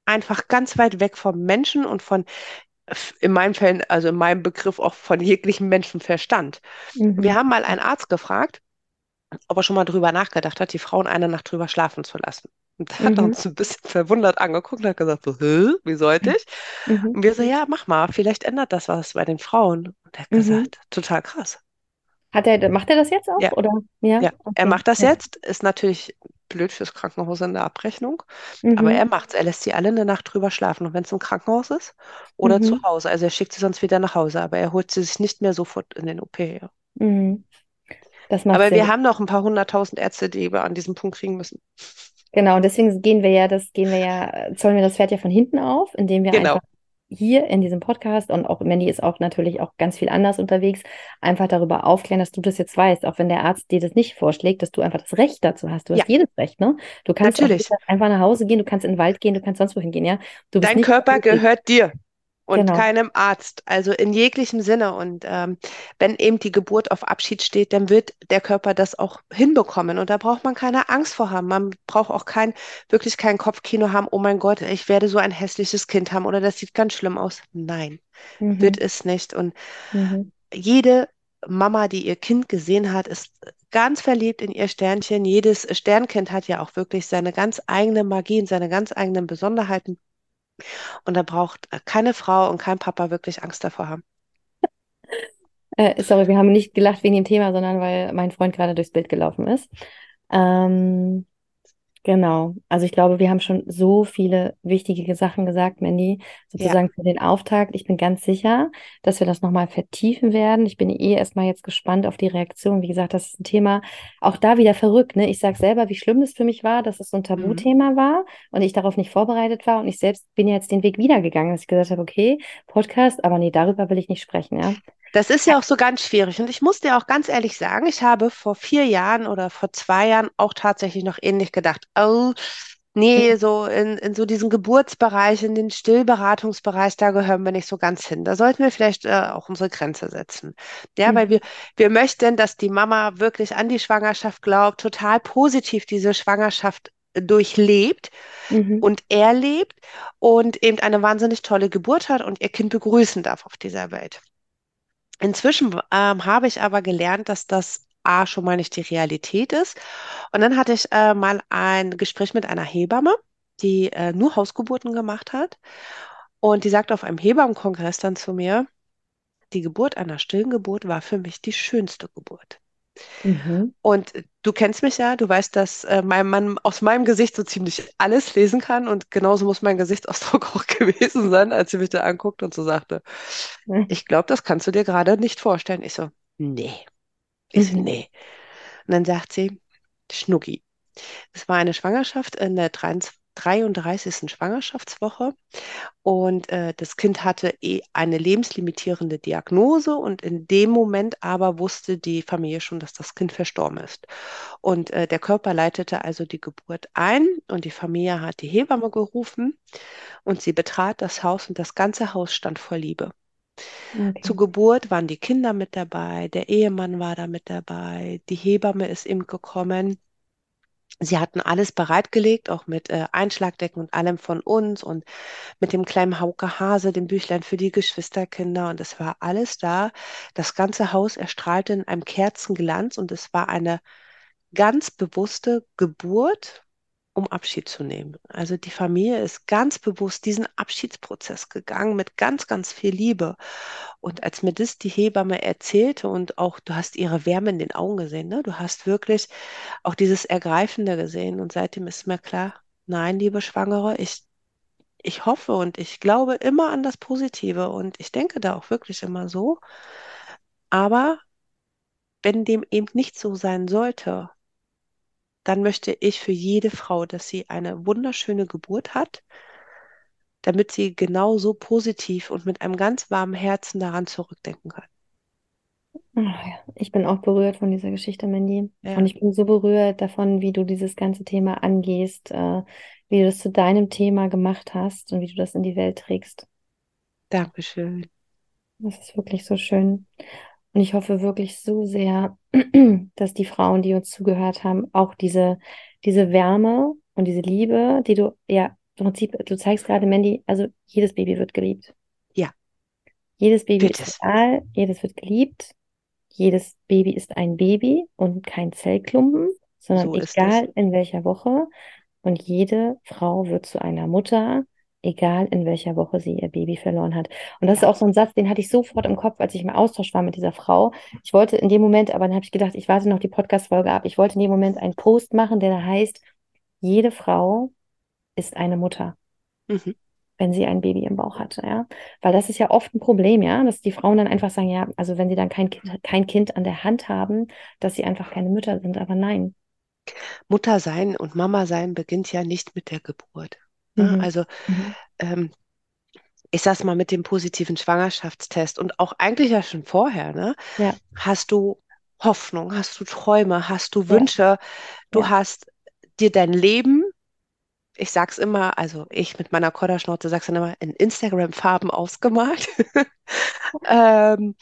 einfach ganz weit weg vom Menschen und von, in meinen Fällen, also in meinem Begriff auch von jeglichem Menschenverstand. Wir Mhm. haben mal einen Arzt gefragt, ob er schon mal drüber nachgedacht hat, die Frauen eine Nacht drüber schlafen zu lassen. Und da hat er Mhm. uns ein bisschen verwundert angeguckt und hat gesagt, so, hä, wie sollte ich? Mhm. Und wir so, ja, mach mal, vielleicht ändert das was bei den Frauen. Und er hat Mhm. gesagt, total krass. Macht er das jetzt auch, Ja, oder? Ja, ja, er okay. macht das Ja. jetzt, ist natürlich blöd fürs Krankenhaus in der Abrechnung, aber Mhm. er macht's. Er lässt sie alle eine Nacht drüber schlafen, und wenn es im Krankenhaus ist oder zu Mhm. Hause. Also er schickt sie sonst wieder nach Hause, aber er holt sie sich nicht mehr sofort in den OP. Ja. Mhm. Das macht Aber wir Sinn. haben noch ein paar hunderttausend Ärzte, die wir an diesem Punkt kriegen müssen. Genau, und deswegen zäumen wir das Pferd ja von hinten auf, indem wir Genau. einfach hier in diesem Podcast und auch Mandy ist auch natürlich auch ganz viel anders unterwegs, einfach darüber aufklären, dass du das jetzt weißt, auch wenn der Arzt dir das nicht vorschlägt, dass du einfach das Recht dazu hast. Du Ja, hast jedes Recht, ne? Du kannst auch natürlich. jederzeit einfach nach Hause gehen, du kannst in den Wald gehen, du kannst sonst wohin gehen, ja? Du bist Dein nicht Körper verpflichtet. gehört dir und Genau. keinem Arzt, also in jeglichem Sinne. Und wenn eben die Geburt auf Abschied steht, dann wird der Körper das auch hinbekommen. Und da braucht man keine Angst vor haben. Man braucht auch wirklich kein Kopfkino haben, oh mein Gott, ich werde so ein hässliches Kind haben oder das sieht ganz schlimm aus. Nein, wird Mhm. es nicht. Und Mhm. jede Mama, die ihr Kind gesehen hat, ist ganz verliebt in ihr Sternchen. Jedes Sternkind hat ja auch wirklich seine ganz eigene Magie und seine ganz eigenen Besonderheiten. Und da braucht keine Frau und kein Papa wirklich Angst davor haben. Sorry, wir haben nicht gelacht wegen dem Thema, sondern weil mein Freund gerade durchs Bild gelaufen ist. Ähm, Genau. Also ich glaube, wir haben schon so viele wichtige Sachen gesagt, Mandy, Ja. sozusagen für den Auftakt. Ich bin ganz sicher, dass wir das nochmal vertiefen werden. Ich bin eh erstmal jetzt gespannt auf die Reaktion. Wie gesagt, das ist ein Thema, auch da wieder verrückt, ne? Ich sage selber, wie schlimm es für mich war, dass es so ein Mhm. Tabuthema war und ich darauf nicht vorbereitet war. Und ich selbst bin ja jetzt den Weg wieder gegangen, dass ich gesagt habe, okay, Podcast, aber nee, darüber will ich nicht sprechen, ja. Das ist ja auch so ganz schwierig. Und ich muss dir auch ganz ehrlich sagen, ich habe vor 4 Jahren oder vor 2 Jahren auch tatsächlich noch ähnlich gedacht. Oh, nee, so in so diesen Geburtsbereich, in den Stillberatungsbereich, da gehören wir nicht so ganz hin. Da sollten wir vielleicht auch unsere Grenze setzen. Ja, weil Mhm. wir möchten, dass die Mama wirklich an die Schwangerschaft glaubt, total positiv diese Schwangerschaft durchlebt Mhm. und erlebt und eben eine wahnsinnig tolle Geburt hat und ihr Kind begrüßen darf auf dieser Welt. Inzwischen habe ich aber gelernt, dass das A schon mal nicht die Realität ist. Und dann hatte ich mal ein Gespräch mit einer Hebamme, die nur Hausgeburten gemacht hat. Und die sagte auf einem Hebammenkongress dann zu mir, die Geburt einer stillen Geburt war für mich die schönste Geburt. Mhm. Und du kennst mich ja, du weißt, dass mein Mann aus meinem Gesicht so ziemlich alles lesen kann. Und genauso muss mein Gesichtsausdruck auch gewesen sein, als sie mich da anguckt und so sagte, ich glaube, das kannst du dir gerade nicht vorstellen. Ich so, nee. Ich so, Mhm. nee. Und dann sagt sie, Schnucki. Es war eine Schwangerschaft in der 33. Schwangerschaftswoche und das Kind hatte eine lebenslimitierende Diagnose und in dem Moment aber wusste die Familie schon, dass das Kind verstorben ist. Und der Körper leitete also die Geburt ein und die Familie hat die Hebamme gerufen und sie betrat das Haus und das ganze Haus stand vor Liebe. Zur Okay. Geburt waren die Kinder mit dabei, der Ehemann war da mit dabei, die Hebamme ist eben gekommen. Sie hatten alles bereitgelegt, auch mit Einschlagdecken und allem von uns und mit dem kleinen Hauke Hase, dem Büchlein für die Geschwisterkinder. Und es war alles da. Das ganze Haus erstrahlte in einem Kerzenglanz und es war eine ganz bewusste Geburt, um Abschied zu nehmen. Also die Familie ist ganz bewusst diesen Abschiedsprozess gegangen mit ganz, ganz viel Liebe. Und als mir das die Hebamme erzählte und auch du hast ihre Wärme in den Augen gesehen, ne? Du hast wirklich auch dieses Ergreifende gesehen. Und seitdem ist mir klar, nein, liebe Schwangere, ich hoffe und ich glaube immer an das Positive und ich denke da auch wirklich immer so. Aber wenn dem eben nicht so sein sollte, dann möchte ich für jede Frau, dass sie eine wunderschöne Geburt hat, damit sie genauso positiv und mit einem ganz warmen Herzen daran zurückdenken kann. Ach ja, ich bin auch berührt von dieser Geschichte, Mandy. Und Ja, ich bin so berührt davon, wie du dieses ganze Thema angehst, wie du das zu deinem Thema gemacht hast und wie du das in die Welt trägst. Dankeschön. Das ist wirklich so schön. Und ich hoffe wirklich so sehr, dass die Frauen, die uns zugehört haben, auch diese Wärme und diese Liebe, die du, ja, Prinzip, du zeigst gerade, Mandy, also jedes Baby wird geliebt. Ja, Jedes Baby wird ist es. real, jedes wird geliebt, jedes Baby ist ein Baby und kein Zellklumpen, sondern So ist es. egal in welcher Woche. Und jede Frau wird zu einer Mutter, egal in welcher Woche sie ihr Baby verloren hat. Und das ist Ja. auch so ein Satz, den hatte ich sofort im Kopf, als ich im Austausch war mit dieser Frau. Ich wollte in dem Moment, aber dann habe ich gedacht, ich warte noch die Podcast-Folge ab. Ich wollte in dem Moment einen Post machen, der da heißt, jede Frau ist eine Mutter, Mhm. wenn sie ein Baby im Bauch hatte, ja. Weil das ist ja oft ein Problem, ja, dass die Frauen dann einfach sagen, ja, also wenn sie dann kein Kind an der Hand haben, dass sie einfach keine Mütter sind. Aber nein. Mutter sein und Mama sein beginnt ja nicht mit der Geburt. Ne? Mhm. Also Mhm. ähm, ich sag's mal mit dem positiven Schwangerschaftstest und auch eigentlich ja schon vorher, ne? Ja, Hast du Hoffnung, hast du Träume, hast du ja, Wünsche, du ja. hast dir dein Leben, ich sag's immer, also ich mit meiner Kodderschnauze sag's dann immer, in Instagram-Farben ausgemalt. ähm,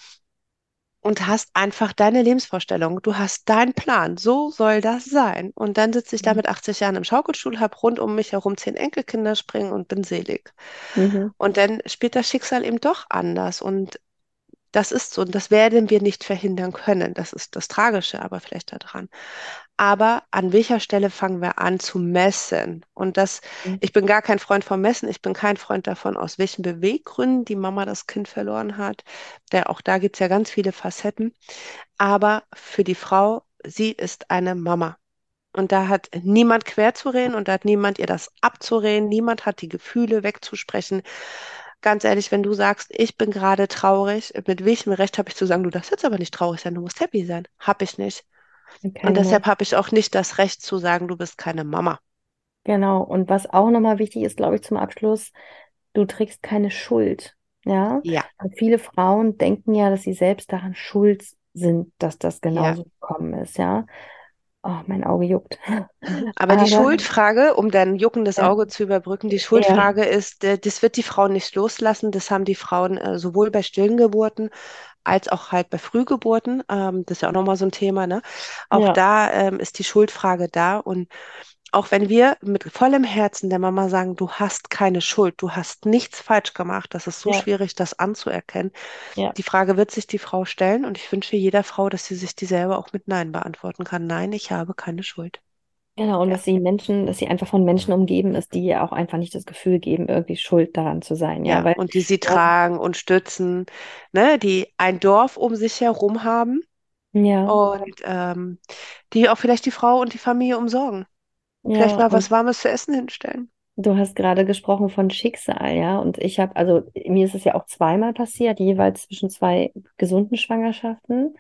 und hast einfach deine Lebensvorstellung. Du hast deinen Plan. So soll das sein. Und dann sitze ich da mit 80 Jahren im Schaukelstuhl, habe rund um mich herum 10 Enkelkinder springen und bin selig. Mhm. Und dann spielt das Schicksal eben doch anders. Und das ist so. Und das werden wir nicht verhindern können. Das ist das Tragische aber vielleicht daran. Aber an welcher Stelle fangen wir an zu messen? Und das, Mhm. ich bin gar kein Freund vom Messen. Ich bin kein Freund davon, aus welchen Beweggründen die Mama das Kind verloren hat. Auch da gibt es ja ganz viele Facetten. Aber für die Frau, sie ist eine Mama. Und da hat niemand quer zu reden und da hat niemand ihr das abzureden. Niemand hat die Gefühle wegzusprechen. Ganz ehrlich, wenn du sagst, ich bin gerade traurig, mit welchem Recht habe ich zu sagen, du darfst jetzt aber nicht traurig sein, du musst happy sein? Hab ich nicht. Und Keine deshalb Mutter. habe ich auch nicht das Recht zu sagen, du bist keine Mama. Genau. Und was auch nochmal wichtig ist, glaube ich, zum Abschluss, du trägst keine Schuld. Ja. Ja, Und viele Frauen denken ja, dass sie selbst daran schuld sind, dass das ja. genauso gekommen ist. Ja. Oh, mein Auge juckt. Aber die Aber Schuldfrage, um dein juckendes ja, Auge zu überbrücken, die ja, Schuldfrage ist, das wird die Frau nicht loslassen. Das haben die Frauen sowohl bei stillen Geburten als auch halt bei Frühgeburten. Das ist ja auch nochmal so ein Thema, ne? Auch ja, da ist die Schuldfrage da. Und auch wenn wir mit vollem Herzen der Mama sagen, du hast keine Schuld, du hast nichts falsch gemacht, das ist so ja, schwierig, das anzuerkennen. ja. Die Frage wird sich die Frau stellen und ich wünsche jeder Frau, dass sie sich die selber auch mit Nein beantworten kann. Nein, ich habe keine Schuld. Genau. Und Ja. dass sie einfach von Menschen umgeben ist, die ihr auch einfach nicht das Gefühl geben, irgendwie schuld daran zu sein. Ja, Ja, weil und die sie du hast, tragen und stützen, ne, die ein Dorf um sich herum haben ja, und die auch vielleicht die Frau und die Familie umsorgen. Vielleicht ja, mal was und Warmes zu essen hinstellen. du hast gerade gesprochen von Schicksal, ja. Und ich habe, also mir ist es ja auch zweimal passiert, jeweils zwischen zwei gesunden Schwangerschaften.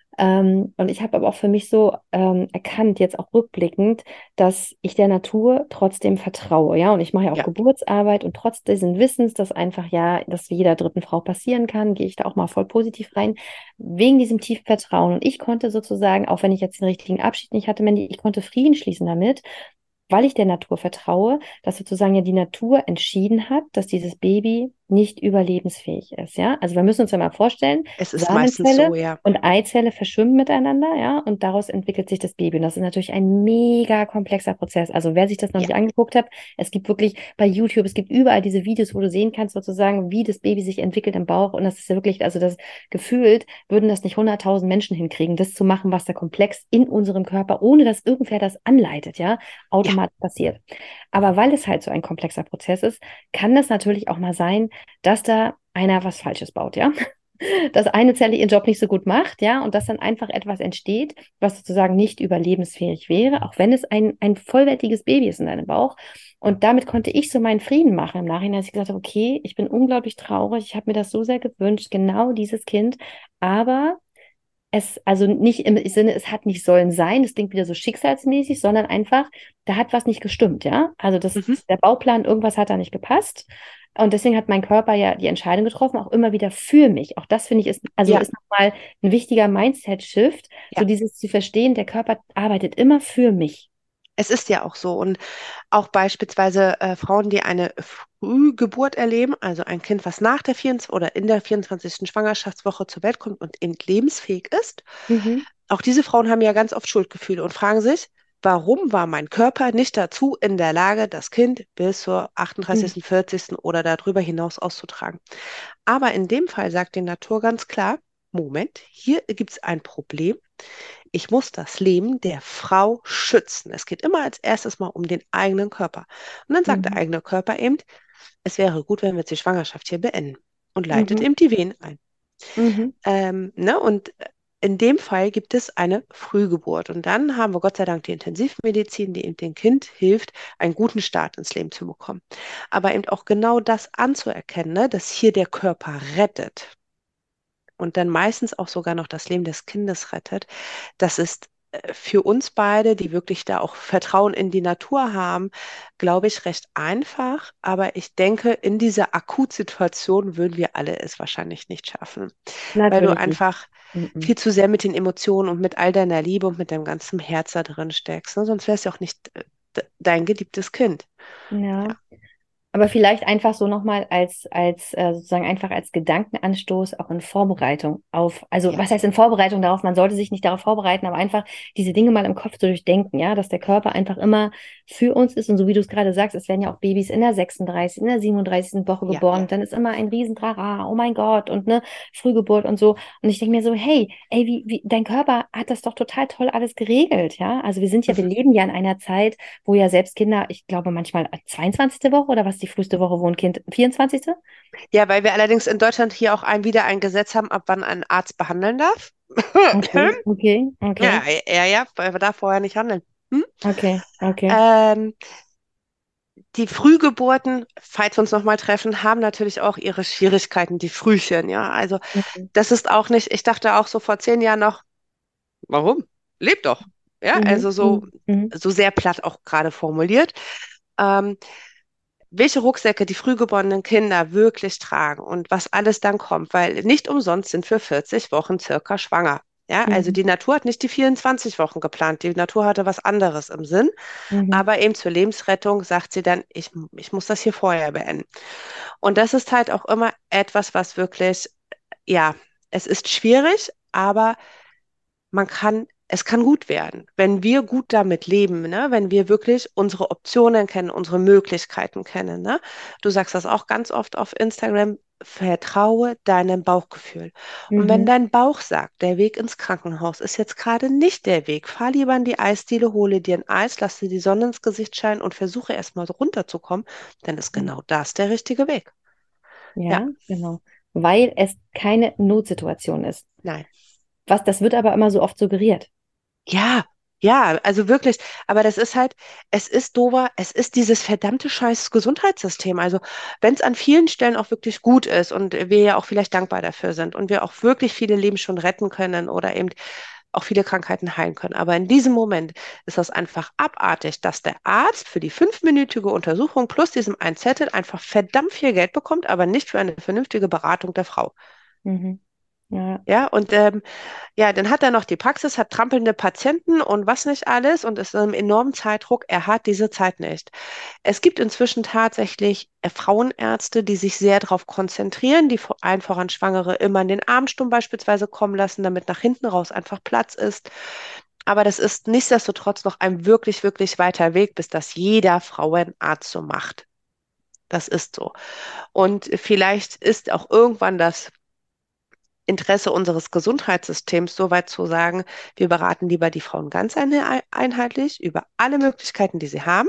Und ich habe aber auch für mich so erkannt, jetzt auch rückblickend, dass ich der Natur trotzdem vertraue, ja. Und ich mache ja auch Ja, Geburtsarbeit und trotz diesen Wissens, dass einfach ja, dass jeder dritten Frau passieren kann, gehe ich da auch mal voll positiv rein, wegen diesem tiefen Vertrauen. Und ich konnte sozusagen, auch wenn ich jetzt den richtigen Abschied nicht hatte, Mandy, ich konnte Frieden schließen damit, weil ich der Natur vertraue, dass sozusagen ja die Natur entschieden hat, dass dieses Baby nicht überlebensfähig ist, ja. Also wir müssen uns ja mal vorstellen, es ist meistens Samenzelle so, ja. und Eizelle verschwimmen miteinander, ja, und daraus entwickelt sich das Baby. Und das ist natürlich ein mega komplexer Prozess. Also wer sich das noch Ja, nicht angeguckt hat, es gibt wirklich bei YouTube, es gibt überall diese Videos, wo du sehen kannst, sozusagen, wie das Baby sich entwickelt im Bauch. Und das ist ja wirklich, also das gefühlt würden das nicht 100.000 Menschen hinkriegen, das zu machen, was da komplex in unserem Körper, ohne dass irgendwer das anleitet, ja, ja, automatisch passiert. Aber weil es halt so ein komplexer Prozess ist, kann das natürlich auch mal sein, dass da einer was Falsches baut, ja. Dass eine Zelle ihren Job nicht so gut macht, ja, und dass dann einfach etwas entsteht, was sozusagen nicht überlebensfähig wäre, auch wenn es ein vollwertiges Baby ist in deinem Bauch. Und damit konnte ich so meinen Frieden machen im Nachhinein, dass ich gesagt habe, okay, ich bin unglaublich traurig, ich habe mir das so sehr gewünscht, genau dieses Kind, aber es, also nicht im Sinne, es hat nicht sollen sein, das klingt wieder so schicksalsmäßig, sondern einfach, da hat was nicht gestimmt, ja. Also mhm. der Bauplan, irgendwas hat da nicht gepasst. Und deswegen hat mein Körper ja die Entscheidung getroffen, auch immer wieder für mich. Auch das finde ich ist, also Ja, ist nochmal ein wichtiger Mindset-Shift, so ja. dieses zu verstehen, der Körper arbeitet immer für mich. Es ist ja auch so. Und auch beispielsweise Frauen, die eine Frühgeburt erleben, also ein Kind, was nach der 24. oder in der 24. Schwangerschaftswoche zur Welt kommt und eben lebensfähig ist, Mhm. auch diese Frauen haben ja ganz oft Schuldgefühle und fragen sich, warum war mein Körper nicht dazu in der Lage, das Kind bis zur Mhm. 38., 40. oder darüber hinaus auszutragen. Aber in dem Fall sagt die Natur ganz klar, Moment, hier gibt es ein Problem. Ich muss das Leben der Frau schützen. Es geht immer als erstes mal um den eigenen Körper. Und dann sagt der Mhm. eigene Körper eben, es wäre gut, wenn wir jetzt die Schwangerschaft hier beenden und leitet Mhm. eben die Wehen ein. Mhm. Ne? Und in dem Fall gibt es eine Frühgeburt. Und dann haben wir Gott sei Dank die Intensivmedizin, die eben dem Kind hilft, einen guten Start ins Leben zu bekommen. Aber eben auch genau das anzuerkennen, ne? Dass hier der Körper rettet und dann meistens auch sogar noch das Leben des Kindes rettet. Das ist für uns beide, die wirklich da auch Vertrauen in die Natur haben, glaube ich, recht einfach. Aber ich denke, in dieser Akutsituation würden wir alle es wahrscheinlich nicht schaffen, weil du Natürlich nicht. einfach Mhm. viel zu sehr mit den Emotionen und mit all deiner Liebe und mit deinem ganzen Herz da drin steckst. Ne? Sonst wärst du ja auch nicht dein geliebtes Kind. Ja. Ja, Aber vielleicht einfach so nochmal sozusagen einfach als Gedankenanstoß auch in Vorbereitung auf, also ja. was heißt in Vorbereitung darauf, man sollte sich nicht darauf vorbereiten, aber einfach diese Dinge mal im Kopf zu durchdenken, ja, dass der Körper einfach immer für uns ist und so wie du es gerade sagst, es werden ja auch Babys in der 36., in der 37. Woche Ja. geboren und dann ist immer ein Riesentrara, oh mein Gott und ne, Frühgeburt und so und ich denke mir so, hey, ey, dein Körper hat das doch total toll alles geregelt, ja, also wir Mhm. leben ja in einer Zeit, wo ja selbst Kinder, ich glaube manchmal 22. Woche oder was ist die früheste Woche, wo ein Kind 24.? Ja, weil wir allerdings in Deutschland hier auch wieder ein Gesetz haben, ab wann ein Arzt behandeln darf. Okay, okay, Ja, okay, ja, weil wir da vorher nicht handeln. Hm? okay, okay. Ähm, die Frühgeburten, falls wir uns nochmal treffen, haben natürlich auch ihre Schwierigkeiten, die Frühchen, ja. Also Mhm. das ist auch nicht, ich dachte auch so vor 10 Jahren noch, warum? Lebt doch. Ja, Mhm. also so, Mhm. Mhm. so sehr platt auch gerade formuliert. Ähm, welche Rucksäcke die frühgeborenen Kinder wirklich tragen und was alles dann kommt, weil nicht umsonst sind wir 40 Wochen circa schwanger. Ja, also Mhm. die Natur hat nicht die 24 Wochen geplant. Die Natur hatte was anderes im Sinn. Mhm. Aber eben zur Lebensrettung sagt sie dann, ich muss das hier vorher beenden. Und das ist halt auch immer etwas, was wirklich, ja, es ist schwierig, aber es kann gut werden, wenn wir gut damit leben, ne? Wenn wir wirklich unsere Optionen kennen, unsere Möglichkeiten kennen, ne? Du sagst das auch ganz oft auf Instagram, vertraue deinem Bauchgefühl. Und wenn Mhm. dein Bauch sagt, der Weg ins Krankenhaus ist jetzt gerade nicht der Weg, fahr lieber in die Eisdiele, hole dir ein Eis, lass dir die Sonne ins Gesicht scheinen und versuche erstmal so runterzukommen, dann ist Mhm. genau das der richtige Weg. Ja, Ja, genau. Weil es keine Notsituation ist. nein. Das wird aber immer so oft suggeriert. Ja, ja, also wirklich. Aber das ist halt, es ist dober, es ist dieses verdammte scheiß Gesundheitssystem. Also wenn es an vielen Stellen auch wirklich gut ist und wir ja auch vielleicht dankbar dafür sind und wir auch wirklich viele Leben schon retten können oder eben auch viele Krankheiten heilen können. Aber in diesem Moment ist das einfach abartig, dass der Arzt für die 5-minütige Untersuchung plus diesem einen Zettel einfach verdammt viel Geld bekommt, aber nicht für eine vernünftige Beratung der Frau. Mhm. Ja. Ja, und ja, dann hat er noch die Praxis, hat trampelnde Patienten und was nicht alles und ist in einem enormen Zeitdruck. Er hat diese Zeit nicht. Es gibt inzwischen tatsächlich Frauenärzte, die sich sehr darauf konzentrieren, die allen voran Schwangere immer in den Abendsturm beispielsweise kommen lassen, damit nach hinten raus einfach Platz ist. Aber das ist nichtsdestotrotz noch ein wirklich, wirklich weiter Weg, bis das jeder Frauenarzt so macht. Das ist so. Und vielleicht ist auch irgendwann das Interesse unseres Gesundheitssystems so weit zu sagen, wir beraten lieber die Frauen ganz einheitlich über alle Möglichkeiten, die sie haben.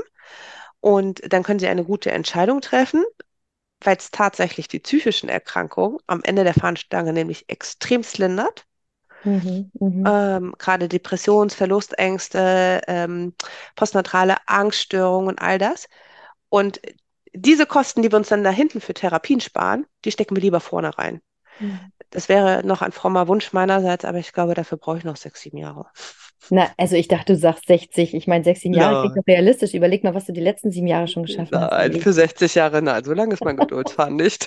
Und dann können sie eine gute Entscheidung treffen, weil es tatsächlich die psychischen Erkrankungen am Ende der Fahnenstange nämlich extrem lindert. Mhm. Mhm. Gerade Depressions-, Verlustängste, postnatale Angststörungen und all das. Und diese Kosten, die wir uns dann da hinten für Therapien sparen, die stecken wir lieber vorne rein. Mhm. Das wäre noch ein frommer Wunsch meinerseits, aber ich glaube, dafür brauche ich noch 6, 7 Jahre. Na, also ich dachte, du sagst 60. Ich meine, 6, 7 Jahre klingt Nein. doch realistisch. Überleg mal, was du die letzten 7 Jahre schon geschaffen hast im Nein, für Leben. 60 Jahre, nein, so lange ist mein Geduldsfaden nicht.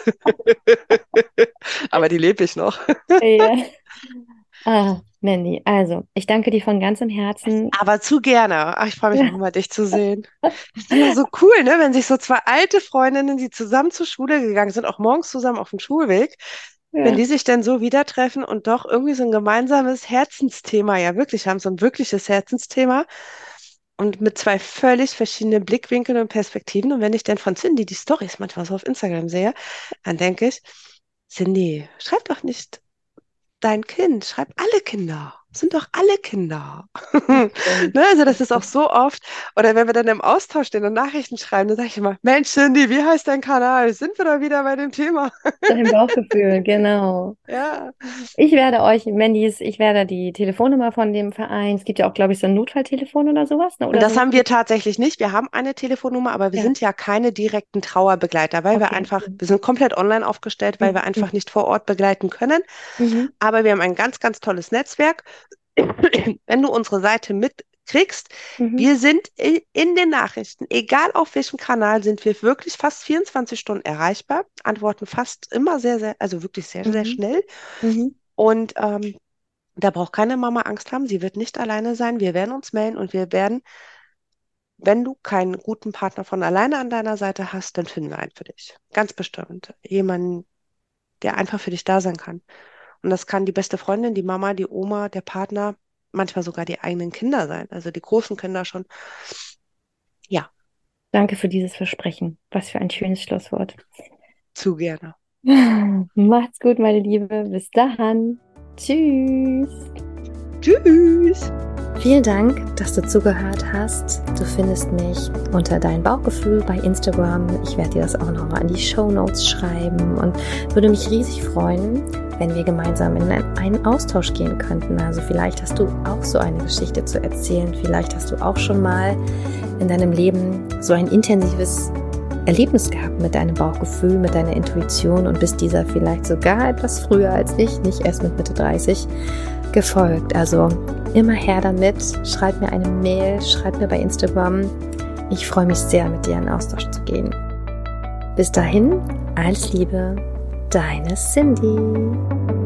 Aber die lebe ich noch. Ja. Ah, Mandy, also ich danke dir von ganzem Herzen. Aber zu gerne. Ach, ich freue mich auch immer, dich zu sehen. Das ist immer so cool, ne? Wenn sich so zwei alte Freundinnen, die zusammen zur Schule gegangen sind, auch morgens zusammen auf dem Schulweg, wenn Ja. die sich dann so wieder treffen und doch irgendwie so ein gemeinsames Herzensthema, ja wirklich haben, so ein wirkliches Herzensthema. und mit zwei völlig verschiedenen Blickwinkeln und Perspektiven. Und wenn ich dann von Cindy die Storys manchmal so auf Instagram sehe, dann denke ich, Cindy, schreib doch nicht dein Kind, schreib alle Kinder. Sind doch alle Kinder. Stimmt. Ne, also Das das ist auch stimmt. so oft. Oder wenn wir dann im Austausch stehen und Nachrichten schreiben, dann sage ich immer, Mensch, Cindy, wie heißt dein Kanal? Sind wir da wieder bei dem Thema? Dein Bauchgefühl, genau. Ja. Ich werde euch, Mandys, ich werde die Telefonnummer von dem Verein, es gibt ja auch, glaube ich, so ein Notfalltelefon oder sowas, ne? Und Oder das sowas. haben wir tatsächlich nicht. Wir haben eine Telefonnummer, aber wir Ja, sind ja keine direkten Trauerbegleiter, weil wir okay. einfach, wir sind komplett online aufgestellt, weil wir Mhm. einfach nicht vor Ort begleiten können. Mhm. Aber wir haben ein ganz, ganz tolles Netzwerk. Wenn du unsere Seite mitkriegst, Mhm. wir sind in den Nachrichten, egal auf welchem Kanal, sind wir wirklich fast 24 Stunden erreichbar, antworten fast immer sehr, sehr, also wirklich sehr, sehr Mhm. schnell. Mhm. Und da braucht keine Mama Angst haben, sie wird nicht alleine sein. Wir werden uns melden und wir werden, wenn du keinen guten Partner von alleine an deiner Seite hast, dann finden wir einen für dich. Ganz bestimmt. Jemanden, der einfach für dich da sein kann. Und das kann die beste Freundin, die Mama, die Oma, der Partner, manchmal sogar die eigenen Kinder sein, also die großen Kinder schon. Ja, Danke für dieses Versprechen. Was für ein schönes Schlusswort. zu gerne. Macht's gut, meine Liebe. Bis dann. Tschüss. Tschüss. Vielen Dank, dass du zugehört hast. Du findest mich unter Dein Bauchgefühl bei Instagram. Ich werde dir das auch nochmal in die Shownotes schreiben und würde mich riesig freuen, wenn wir gemeinsam in einen Austausch gehen könnten. Also vielleicht hast du auch so eine Geschichte zu erzählen. Vielleicht hast du auch schon mal in deinem Leben so ein intensives Erlebnis gehabt mit deinem Bauchgefühl, mit deiner Intuition und bist dieser vielleicht sogar etwas früher als ich, nicht erst mit Mitte 30, gefolgt. Also immer her damit, schreib mir eine Mail, schreib mir bei Instagram. Ich freue mich sehr, mit dir in Austausch zu gehen. Bis dahin, alles Liebe, deine Cindy.